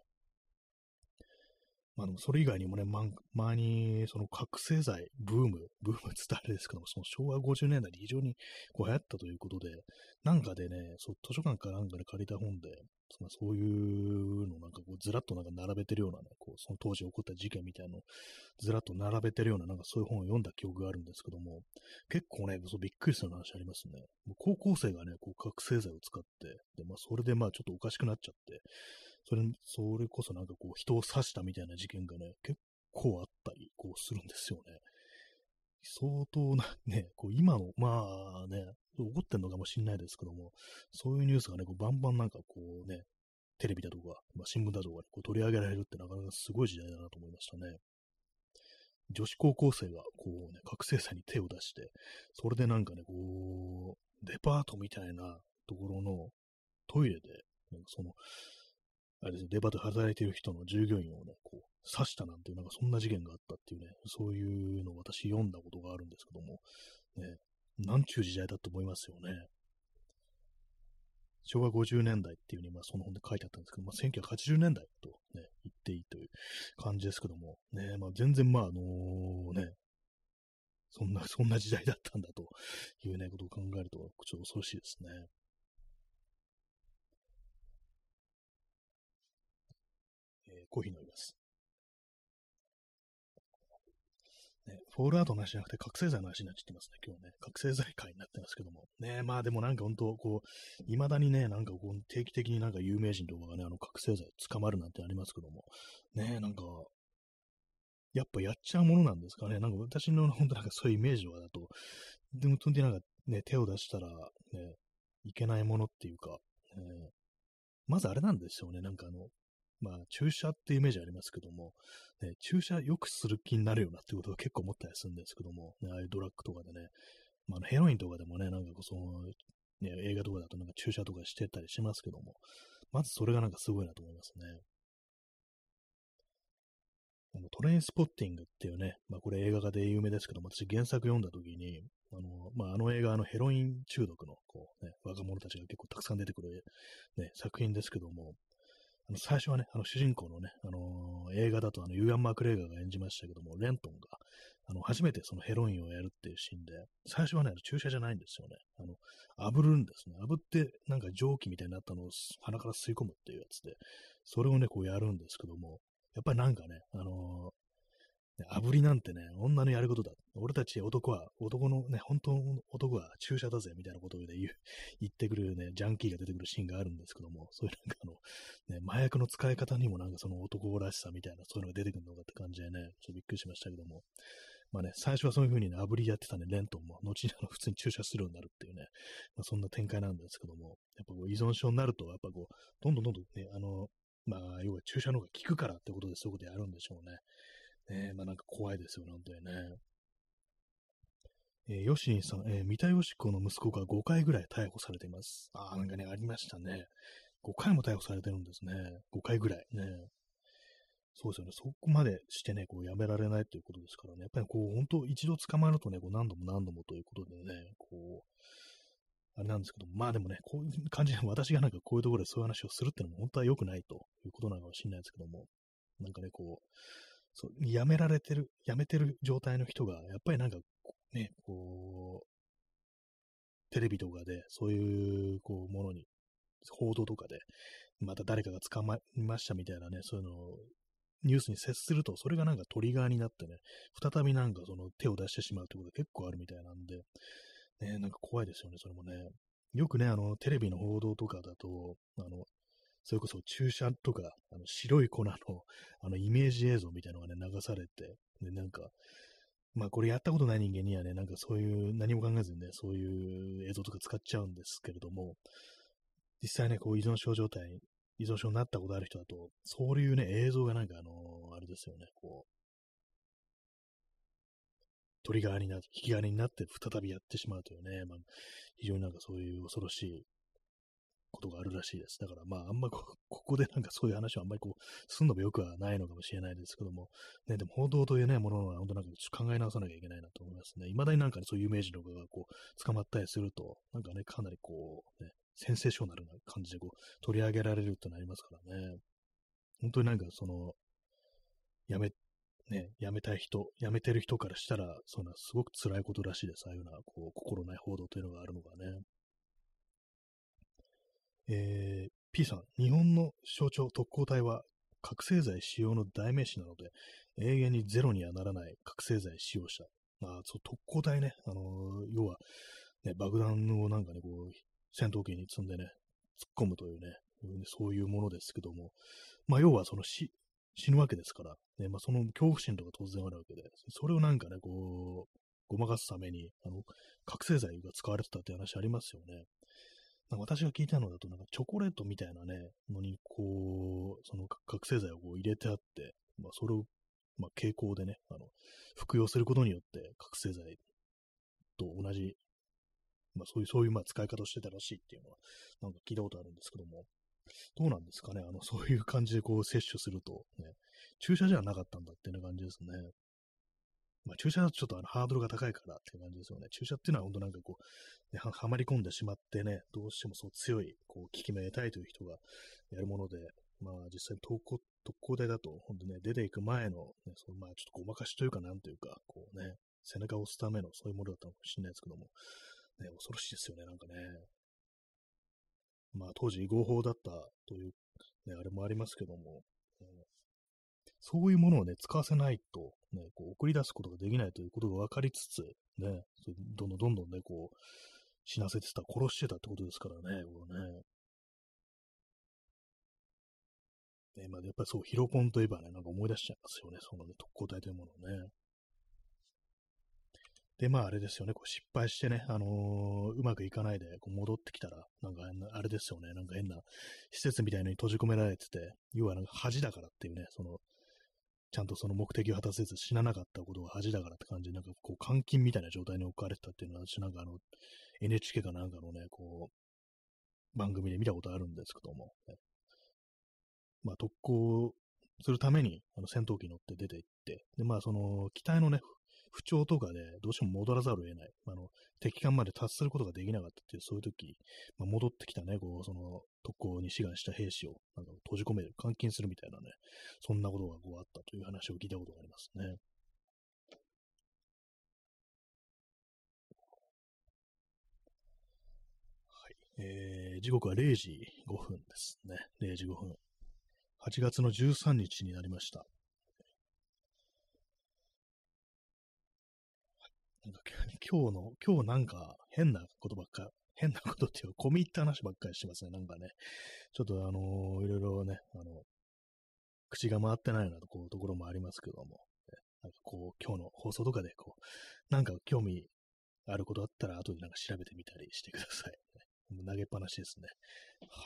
でもそれ以外にもね、前に、その覚醒剤ブームって言ったらあれですけども、その昭和50年代に非常に流行ったということで、なんかでね、図書館かなんかで借りた本で、そういうのなんかずらっとなんか並べてるようなね、その当時起こった事件みたいなのをずらっと並べてるような、なんかそういう本を読んだ記憶があるんですけども、結構ね、びっくりする話ありますね。もう高校生がね、覚醒剤を使って、で、それでちょっとおかしくなっちゃって、それこそなんか人を刺したみたいな事件がね、結構あったり、するんですよね。相当な、ね、今の、起こってんのかもしれないですけども、そういうニュースがね、バンバンなんかテレビだとか、新聞だとかで取り上げられるってなかなかすごい時代だなと思いましたね。女子高校生が覚醒剤に手を出して、それでなんかね、デパートみたいなところのトイレで、なんかあれですよ、デパートで働いている人の従業員をね、刺したなんていう、なんかそんな事件があったっていうね、そういうのを私読んだことがあるんですけども、ね、なんちゅう時代だと思いますよね。昭和50年代っていうふうに、その本で書いてあったんですけど、1980年代とね、言っていいという感じですけども、ね、全然ね、そんな時代だったんだというね、ことを考えると、ちょっと恐ろしいですね。コーヒー飲みます。ね、フォールアウトの話じゃなくて覚醒剤の話になっちゃってますね、今日ね。覚醒剤会になってますけども。ね、でもなんか本当、未だにね、なんか定期的になんか有名人とかがね、覚醒剤捕まるなんてありますけども。ね、なんか、やっぱやっちゃうものなんですかね。なんか私の本当なんかそういうイメージはだと、でも、本当になんかね、手を出したら、ね、いけないものっていうか、まずあれなんですよね、なんか注射っていうイメージありますけども、ね、注射よくする気になるよなってことは結構思ったりするんですけども、ね、ああいうドラッグとかでね、ヘロインとかでもね、なんかね、映画とかだとなんか注射とかしてたりしますけども、まずそれがなんかすごいなと思いますね。 トレインスポッティングっていうね、これ映画で有名ですけども、私原作読んだ時に、あの映画、ヘロイン中毒の、若者たちが結構たくさん出てくる、ね、作品ですけども、最初はね、主人公のね、映画だとユーアン・マクレイガーが演じましたけども、レントンが、初めてそのヘロインをやるっていうシーンで、最初はね、注射じゃないんですよね。炙るんですね。炙って、なんか蒸気みたいになったのを鼻から吸い込むっていうやつで、それをね、こうやるんですけども、やっぱりなんかね、炙りなんてね、女のやることだ。俺たち男のね、本当の男は注射だぜ、みたいなことで言ってくるね、ジャンキーが出てくるシーンがあるんですけども、そういうなんかね、麻薬の使い方にもなんかその男らしさみたいな、そういうのが出てくるのかって感じでね、ちょっとびっくりしましたけども。最初はそういう風にね、炙りやってたね、レントンも、後に普通に注射するようになるっていうね、そんな展開なんですけども、やっぱこう依存症になると、やっぱこう、どんどんね、要は注射の方が効くからってことでそういうことやるんでしょうね。なんか怖いですよね、本当にね。ヨシンさん、三田佳子の息子が5回ぐらい逮捕されています。なんかね、ありましたね。5回も逮捕されてるんですね。5回ぐらいね。そうですよね。そこまでしてね、こう、やめられないということですからね。やっぱりこう、本当一度捕まるとね、こう、何度も何度もということでね、こう、あれなんですけど、でもね、こういう感じで、私がなんかこういうところでそういう話をするってのも本当は良くないということなのかもしれないですけども、なんかね、こう、そう、やめてる状態の人が、やっぱりなんか、ね、こう、テレビとかで、そういう、こう、ものに、報道とかで、また誰かが捕まりましたみたいなね、そういうのを、ニュースに接すると、それがなんかトリガーになってね、再びなんかその手を出してしまうってことが結構あるみたいなんで、ね、なんか怖いですよね、それもね。よくね、テレビの報道とかだと、それこそ注射とか、白い粉の、イメージ映像みたいなのがね、流されて、で、なんか、これやったことない人間にはね、なんかそういう、何も考えずにね、そういう映像とか使っちゃうんですけれども、実際ね、こう依存症になったことある人だと、そういうね、映像がなんかあれですよね、こう、トリガーになって、引き金になって再びやってしまうというね、非常になんかそういう恐ろしいことがあるらしいです。だからあんまここでなんかそういう話はあんまりこう、すんのもよくはないのかもしれないですけども、ね、でも報道というね、ものは本当なんかちょっと考え直さなきゃいけないなと思いますね。未だになんかね、そういう有名人とかがこう、捕まったりすると、なんかね、かなりこう、ね、センセーショナルな感じでこう、取り上げられるってなりますからね。本当になんかその、やめ、やめたい人、やめてる人からしたら、そんなすごく辛いことらしいです。ああいうような、こう、心ない報道というのがあるのがね。P さん、日本の象徴特攻隊は覚醒剤使用の代名詞なので、永遠にゼロにはならない覚醒剤使用者。そう、特攻隊ね、要は、ね、爆弾をなんかね、こう、戦闘機に積んでね、突っ込むというね、そういうものですけども、要はその死ぬわけですから、ね、その恐怖心とか当然あるわけで、それをなんかね、こう、ごまかすために、覚醒剤が使われてたって話ありますよね。私が聞いたのだと、なんかチョコレートみたいなね、のに、こう、その覚醒剤をこう入れてあって、それを、蛍光でね、服用することによって覚醒剤と同じ、そういう使い方をしてたらしいっていうのは、なんか聞いたことあるんですけども、どうなんですかね、そういう感じでこう摂取すると、ね、注射じゃなかったんだっていうような感じですね。注射だとちょっとハードルが高いからっていう感じですよね。注射っていうのは本当なんかこう、ねはまり込んでしまってね、どうしてもそう強い、こう、効き目を得たいという人がやるもので、実際特攻隊だと、本当ね、出ていく前の、ね、ちょっとごまかしというか、なんというか、こうね、背中を押すためのそういうものだったのかもしれないですけども、ね、恐ろしいですよね、なんかね。当時合法だったという、ね、あれもありますけども、そういうものをね、使わせないと、ね、こう送り出すことができないということが分かりつつ、ね、どんどんね、こう、死なせてた、殺してたってことですからね、これね。やっぱりそう、ヒロポンといえばね、なんか思い出しちゃいますよね、そのね、特攻隊というものをね。で、あれですよね、こう失敗してね、うまくいかないでこう戻ってきたら、なんかあれですよね、なんか変な施設みたいのに閉じ込められてて、要はなんか恥だからっていうね、ちゃんとその目的を果たせず死ななかったことが恥だからって感じで、なんかこう監禁みたいな状態に置かれてたっていうのは、私なんかNHK かなんかのね、こう、番組で見たことあるんですけども、特攻するために、戦闘機に乗って出て行って、で、まあ、機体のね、不調とかでどうしても戻らざるを得ない。敵艦まで達することができなかったっていう、そういう時、まあ、戻ってきたね、特攻に志願した兵士を、なんか閉じ込める、監禁するみたいなね、そんなことがあったという話を聞いたことがありますね。はい。時刻は0時5分ですね。0時5分。8月の13日になりました。なんか今日なんか変なことばっか、変なことっていうか、込み入った話ばっかりしてますね。なんかね、ちょっといろいろね、口が回ってないようなところもありますけども、なんか今日の放送とかで、なんか興味あることあったら、後でなんか調べてみたりしてください。投げっぱなしですね。はい。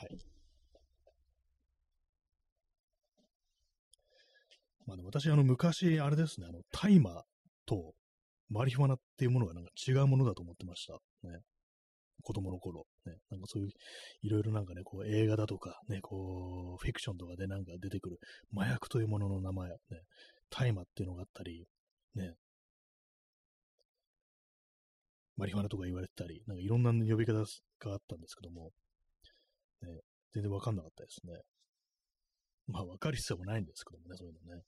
まあでも私、昔、あれですね、大麻とマリファナっていうものがなんか違うものだと思ってました。ね。子供の頃。ね。なんかそういう、いろいろなんかね、映画だとか、ね、フィクションとかでなんか出てくる麻薬というものの名前、ね、大麻っていうのがあったり、ね、マリファナとか言われてたり、なんかいろんな呼び方があったんですけども、ね、全然わかんなかったですね。まあ、わかる必要もないんですけどもね、そういうのね。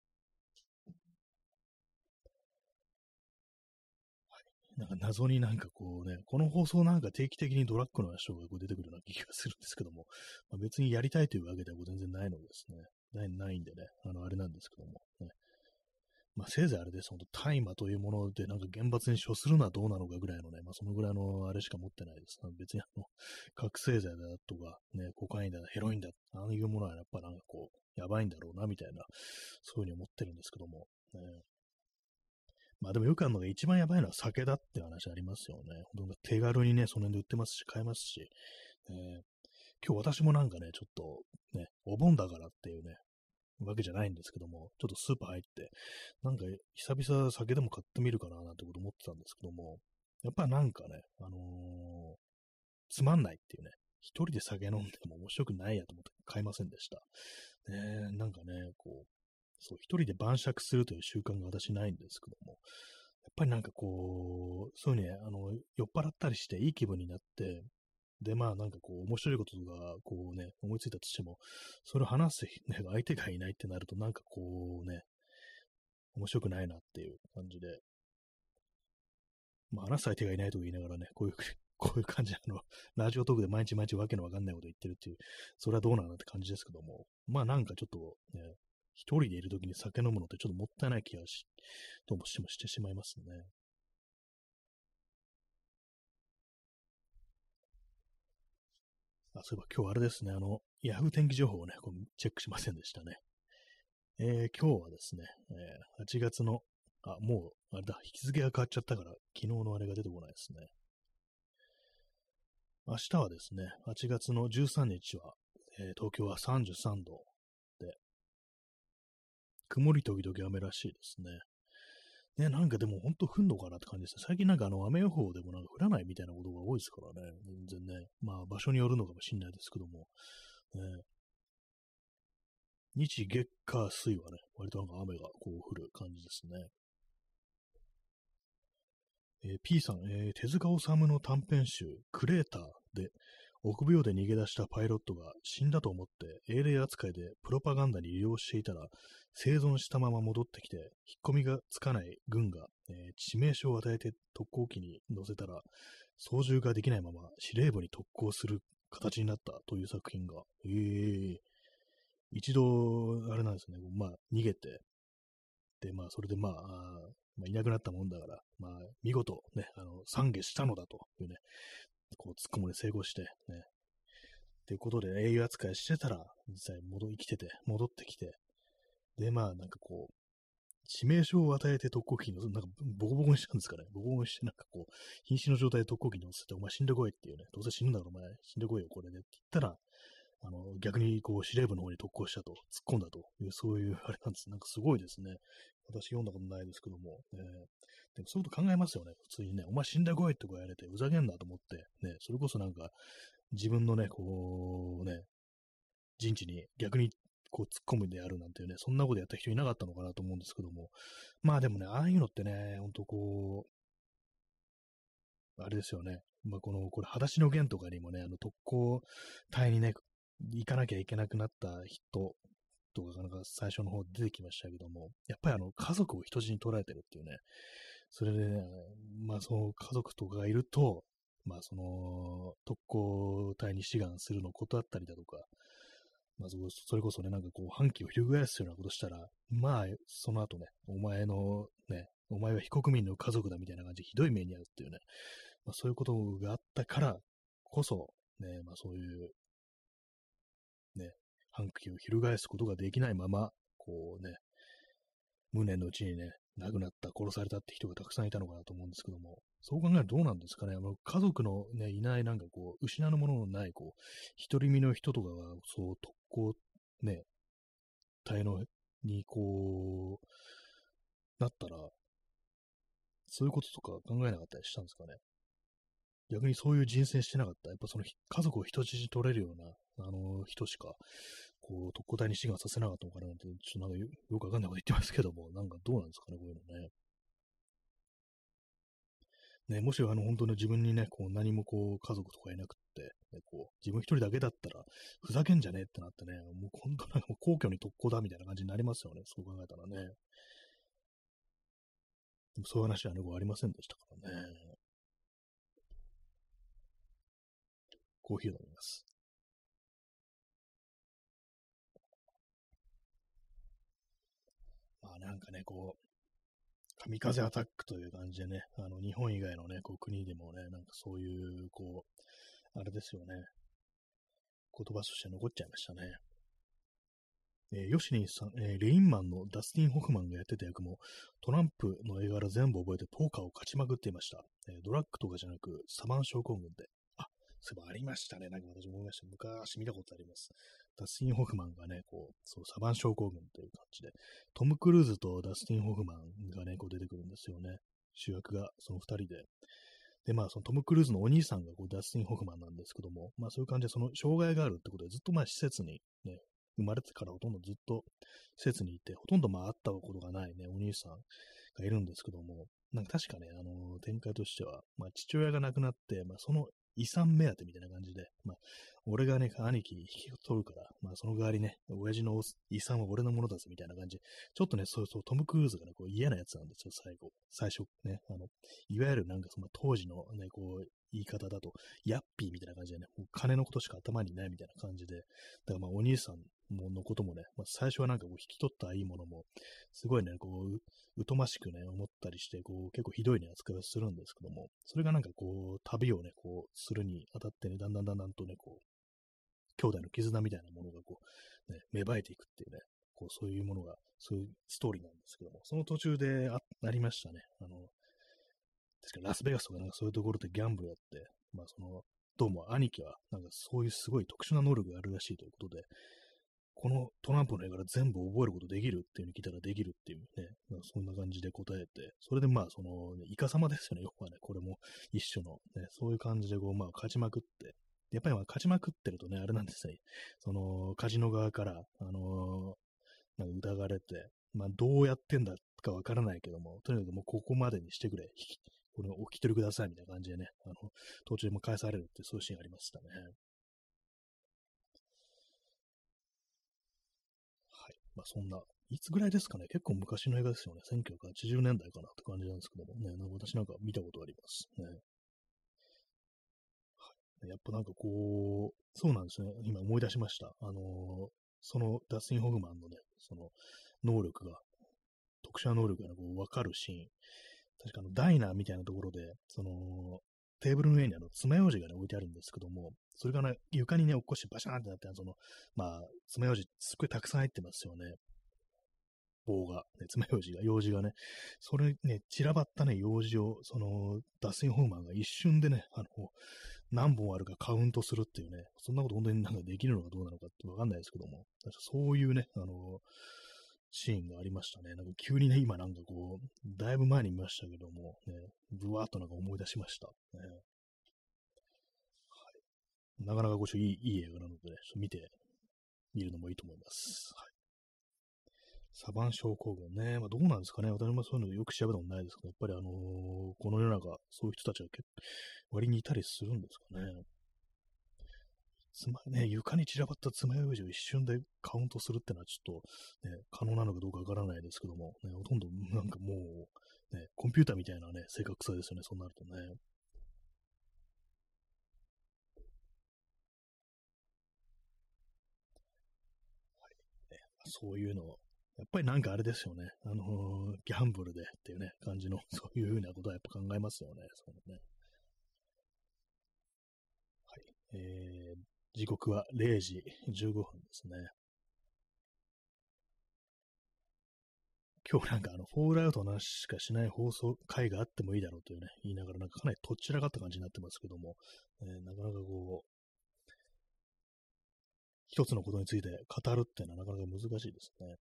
なんか謎になんかこの放送なんか定期的にドラッグの話が出てくるような気がするんですけども、まあ、別にやりたいというわけでは全然ないのですね。ないんでね、あれなんですけども、ね。まあ、せいぜいあれです。本当大麻というもので、なんか厳罰に処するのはどうなのかぐらいのね、まあ、そのぐらいのあれしか持ってないです。別に覚醒剤だとか、ね、コカインだ、ヘロインだ、ああいうものはやっぱなんかやばいんだろうな、みたいな、そういうふうに思ってるんですけども、ね。まあでもよくあるのが一番やばいのは酒だって話ありますよね。ほんと手軽にね、その辺で売ってますし、買えますし、今日私もなんかね、ちょっとね、お盆だからっていうね、わけじゃないんですけども、ちょっとスーパー入って、なんか久々酒でも買ってみるかななんてこと思ってたんですけども、やっぱなんかね、つまんないっていうね、一人で酒飲んでも面白くないやと思って買いませんでした。なんかね、そう、一人で晩酌するという習慣が私ないんですけども、やっぱりなんかそういうね、酔っ払ったりしていい気分になって、で、まあなんか面白いことが思いついたとしても、それを話す、ね、相手がいないってなると、なんか面白くないなっていう感じで、まあ話す相手がいないと言いながらね、こういう感じでラジオトークで毎日毎日わけのわかんないこと言ってるっていう、それはどうなんだって感じですけども、まあなんかちょっとね、一人でいるときに酒飲むのってちょっともったいない気がどうもしてしまいますね。そういえば今日あれですね、ヤフー天気情報をね、チェックしませんでしたね。今日はですね、8月の、もう、あれだ、日付が変わっちゃったから、昨日のあれが出てこないですね。明日はですね、8月の13日は、東京は33度で、曇り時々雨らしいですね。ね、なんかでも本当降んのかなって感じですね。最近なんか雨予報でもなんか降らないみたいなことが多いですからね。全然ね。まあ場所によるのかもしれないですけども。ね、日月火水はね、割となんか雨が降る感じですね。P さん、手塚治虫の短編集、クレーターで、臆病で逃げ出したパイロットが死んだと思って英霊扱いでプロパガンダに利用していたら、生存したまま戻ってきて、引っ込みがつかない軍が、致命傷を与えて特攻機に乗せたら、操縦ができないまま司令部に特攻する形になったという作品が、一度、あれなんですね、まあ、逃げて、で、まあ、それでまあ、いなくなったもんだから、まあ、見事ね、懺悔したのだというね、突っ込むで成功して、ね、っていうことで、英雄扱いしてたら、実際生きてて、戻ってきて、で、まあ、なんか致命傷を与えて特攻機に乗せ、なんかボコボコにしたんですかね。ボコボコにして、なんか瀕死の状態で特攻機に乗せて、お前死んでこいっていうね、どうせ死ぬんだからお前死んでこいよ、これでって言ったら、逆に司令部の方に特攻したと、突っ込んだという、そういうあれなんです。なんかすごいですね。私読んだことないですけども、でもそういうこと考えますよね。普通にね、お前死んでこいって言われて、ふざけんなと思って、ね、それこそなんか、自分のね、陣地に逆にこう突っ込むであるなんていうね、そんなことやった人いなかったのかなと思うんですけども、まあでもね、ああいうのってね、ほんとこう、あれですよね。まあこれ、裸足の弦とかにもね、特攻隊にね、行かなきゃいけなくなった人とかがなんか最初の方出てきましたけども、やっぱり家族を人質に捉えてるっていうね、それでね、まあその家族とかがいると、まあその特攻隊に志願するのを断ったりだとか、まあそれこそね、なんかこう反旗を翻すようなことしたら、まあその後ね、お前は非国民の家族だみたいな感じでひどい目に遭うっていうね、まあそういうことがあったからこそ、ね、まあそういうね、反旗を翻すことができないまま、こうね、無念のうちにね、亡くなった、殺されたって人がたくさんいたのかなと思うんですけども、そう考えるとどうなんですかね、家族のね、いないなんかこう、失うもののない、こう、独り身の人とかが、そう、特攻、ね、隊のにこう、なったら、そういうこととか考えなかったりしたんですかね。逆にそういう人選してなかった。やっぱその家族を人質に取れるような、人しか、こう、特攻隊に志願させなかったのかななんて、ちょっとなんかよくわかんないこと言ってますけども、なんかどうなんですかね、こういうのね。ね、もし本当に自分にね、こう何もこう家族とかいなくって、ね、こう自分一人だけだったら、ふざけんじゃねえってなってね、もう今度なんかもう皇居に特攻だみたいな感じになりますよね、そう考えたらね。そういう話はね、こうありませんでしたからね。コーヒーを飲みます。まあなんかね、こう、神風アタックという感じでね、日本以外のね、こう国でもね、なんかそういう、こう、あれですよね、言葉として残っちゃいましたね。ヨシニーさん、レインマンのダスティン・ホフマンがやってた役も、トランプの絵柄全部覚えてポーカーを勝ちまくっていました。ドラッグとかじゃなく、サバン症候群で。あ、そういえばありましたね。なんか私も思いました。昔見たことあります。ダスティン・ホフマンがね、こう、そう、サバン症候群という感じで、トム・クルーズとダスティン・ホフマンがね、こう出てくるんですよね。主役がその二人で。で、まあ、そのトム・クルーズのお兄さんがこうダスティン・ホフマンなんですけども、まあそういう感じで、その障害があるってことで、ずっとまあ施設にね、生まれてからほとんどずっと施設にいて、ほとんどまあ会ったことがないね、お兄さんがいるんですけども、なんか確かね、展開としては、まあ父親が亡くなって、まあその遺産目当てみたいな感じで、まあ、俺がね、兄貴引き取るから、まあその代わりね、親父の遺産は俺のものだぜみたいな感じで、ちょっとね、そうそう、トム・クルーズがね、こう嫌なやつなんですよ、最初ね、いわゆるなんかその当時のね、こう、言い方だと、ヤッピーみたいな感じでね、もう金のことしか頭にないみたいな感じで、だからまあお兄さんのこともね、まあ、最初はなんかこう引き取ったいいものも、すごいね、こう、疎ましくね、思ったりして、こう、結構ひどいね、扱いをするんですけども、それがなんかこう、旅をね、こう、するにあたってね、だんだんだんだんとね、こう、兄弟の絆みたいなものがこう、ね、芽生えていくっていうね、こう、そういうものが、そういうストーリーなんですけども、その途中でありましたね。確かラスベガスとかなんかそういうところでギャンブルやって、まあその、どうも兄貴はなんかそういうすごい特殊な能力があるらしいということで、このトランプの絵から全部覚えることできるっていう風に聞いたらできるっていうね、まあ、そんな感じで答えて、それでまあその、ね、イカ様ですよね、要はね、これも一緒の、ね、そういう感じでこう、まあ勝ちまくって、やっぱりまあ勝ちまくってるとね、あれなんですね、そのカジノ側から、なんか疑われて、まあどうやってんだかわからないけども、とにかくもうここまでにしてくれ、これお引き取りくださいみたいな感じでね、途中でも返されるってそういうシーンありましたね。はい。まあそんな、いつぐらいですかね。結構昔の映画ですよね。1980年代かなって感じなんですけどもね。なんか私なんか見たことありますね。やっぱなんかこう、そうなんですね。今思い出しました。そのダスティン・ホフマンのね、その能力が、特殊な能力がね、こう分かるシーン。確かダイナーみたいなところで、その、テーブルの上に爪楊枝がね、置いてあるんですけども、それがね、床にね、落っこしてバシャーンってなって、まあ、爪楊枝すっごいたくさん入ってますよね。棒が、ね、爪楊枝が、楊枝がね、それね、散らばったね、楊枝を、その、ダスティン・ホーマンが一瞬でね、何本あるかカウントするっていうね、そんなこと本当になんかできるのかどうなのかってわかんないですけども、確かそういうね、シーンがありましたね。なんか急にね、今なんかこう、だいぶ前に見ましたけども、ね、ぶわーっとなんか思い出しました。ね、なかなかいい映画なので、ね、ちょっと見て見るのもいいと思います。はい。サバン症候群ね。まあ、どうなんですかね。私もそういうのよく調べたことないですけど、やっぱりこの世の中、そういう人たちが割にいたりするんですかね。床に散らばった爪楊枝を一瞬でカウントするってのはちょっと、ね、可能なのかどうかわからないですけども、ね、ほとんどなんかもう、ね、コンピューターみたいなね、正確さですよね、そうなるとね。そういうの、やっぱりなんかあれですよね、ギャンブルでっていうね、感じの、そういうふうなことはやっぱ考えますよね、そういうのね。はい。時刻は0時15分ですね。今日なんかフォールアウトの話しかしない放送回があってもいいだろうというね、言いながらなんかかなりとっちらかった感じになってますけども、なかなかこう、一つのことについて語るっていうのはなかなか難しいですね。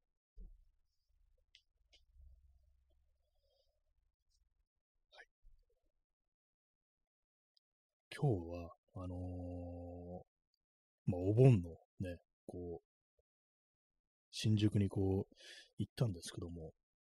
今日は、まあ、お盆のね、こう、新宿にこう、行ったんですけども、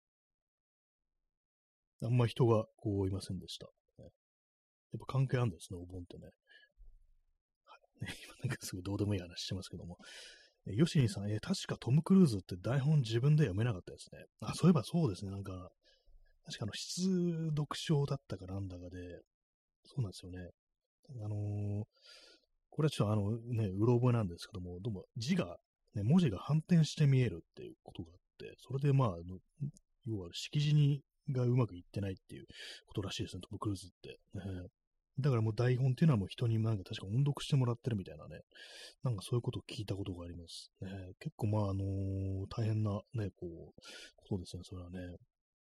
あんま人がこういませんでした。ね、やっぱ関係あるんですね、お盆ってね。ね今なんかすごいどうでもいい話してますけども。ヨシニさん、確かトム・クルーズって台本自分で読めなかったですね。あ、そういえばそうですね。なんか、確か出読症だったかなんだかで、そうなんですよね。あのーこれはちょっとうろ覚えなんですけども、どうも字が、ね、文字が反転して見えるっていうことがあって、それでまあ、要は識字がうまくいってないっていうことらしいですね、トム・クルーズって。ね、だからもう台本っていうのはもう人になんか確か音読してもらってるみたいなね、なんかそういうことを聞いたことがあります。結構まあ、大変なね、こう、ことですね、それはね。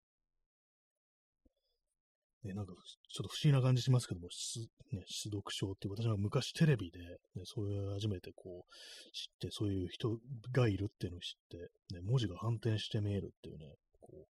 なんか、ちょっと不思議な感じしますけども、出読症って私は昔テレビで、ね、そういう初めてこう、知って、そういう人がいるっていうのを知って、ね、文字が反転して見えるっていうね、こう、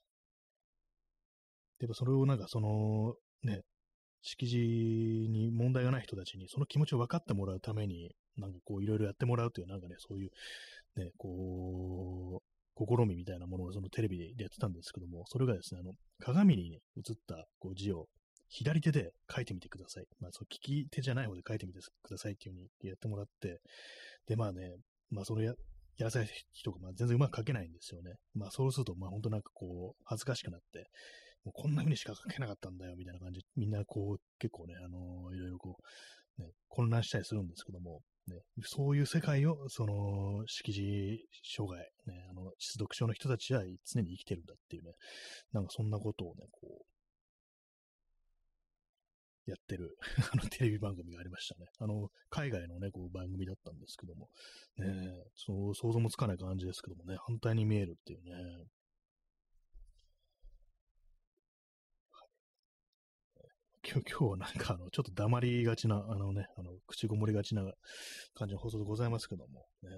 やっぱそれをなんかね、識字に問題がない人たちにその気持ちを分かってもらうために、なんかこういろいろやってもらうという、なんかね、そういうね、こう、試みみたいなものをそのテレビでやってたんですけども、それがですね、鏡に映ったこう字を左手で書いてみてください。まあ、そう、利き手じゃない方で書いてみてくださいっていう風にやってもらって、で、まあね、まあ、やらされた人がまあ全然うまく書けないんですよね。まあ、そうすると、まあ、本当なんかこう、恥ずかしくなって、もうこんな風にしか書けなかったんだよ、みたいな感じで、みんなこう、結構ね、いろいろこう、ね、混乱したりするんですけども、ね、そういう世界を、識字障害、ね、失読症の人たちは常に生きてるんだっていうね、なんかそんなことをね、こう、やってるテレビ番組がありましたね。海外のね、こう番組だったんですけども、ね、そう、想像もつかない感じですけどもね、反対に見えるっていうね、今日はなんかちょっと黙りがちな、口ごもりがちな感じの放送でございますけども、ね、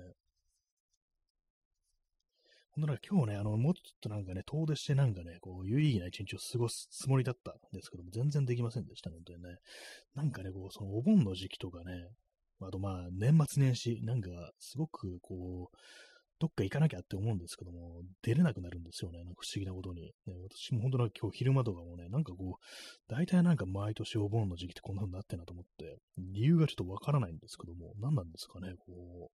ほんとなんか今日ね、もうちょっとなんかね、遠出してなんかね、こう、有意義な一日を過ごすつもりだったんですけども、全然できませんでしたね、本当にね。なんかね、こう、そのお盆の時期とかね、あとまあ、年末年始、なんか、すごくこう、どっか行かなきゃって思うんですけども、出れなくなるんですよね。なんか不思議なことに。ね、私も本当なんか今日昼間とかもね、なんかこう、大体なんか毎年お盆の時期ってこんな風になってんなと思って、理由がちょっとわからないんですけども、何なんですかね、こ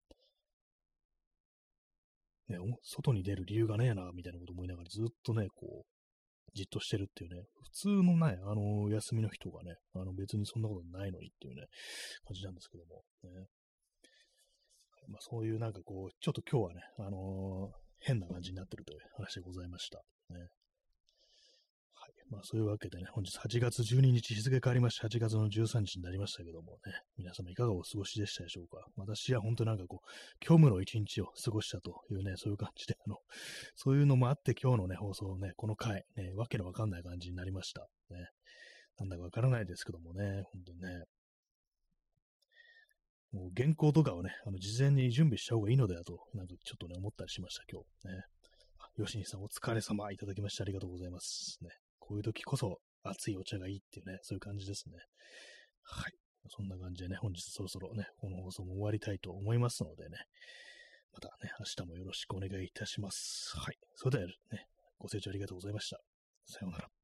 う、ね、外に出る理由がねえな、みたいなこと思いながらずっとね、こう、じっとしてるっていうね、普通のね、休みの人がね、別にそんなことないのにっていうね、感じなんですけども、ね。まあ、そういうなんかこう、ちょっと今日はね、変な感じになってるという話でございました。ね。はい。まあ、そういうわけでね、本日8月12日、日付変わりまして、8月の13日になりましたけどもね、皆様いかがお過ごしでしたでしょうか。私は本当なんかこう、虚無の一日を過ごしたというね、そういう感じで、そういうのもあって今日のね、放送ね、この回、ね、わけのわかんない感じになりました。ね。なんだかわからないですけどもね、本当にね、もう原稿とかをね、事前に準備した方がいいのではと、なんかちょっとね、思ったりしました、今日。ね。吉西さんお疲れ様いただきましてありがとうございます。ね。こういう時こそ熱いお茶がいいっていうね、そういう感じですね。はい。 そんな感じでね、本日そろそろね、この放送も終わりたいと思いますのでね、またね、明日もよろしくお願いいたします。はい。それではね、ご清聴ありがとうございました。さようなら。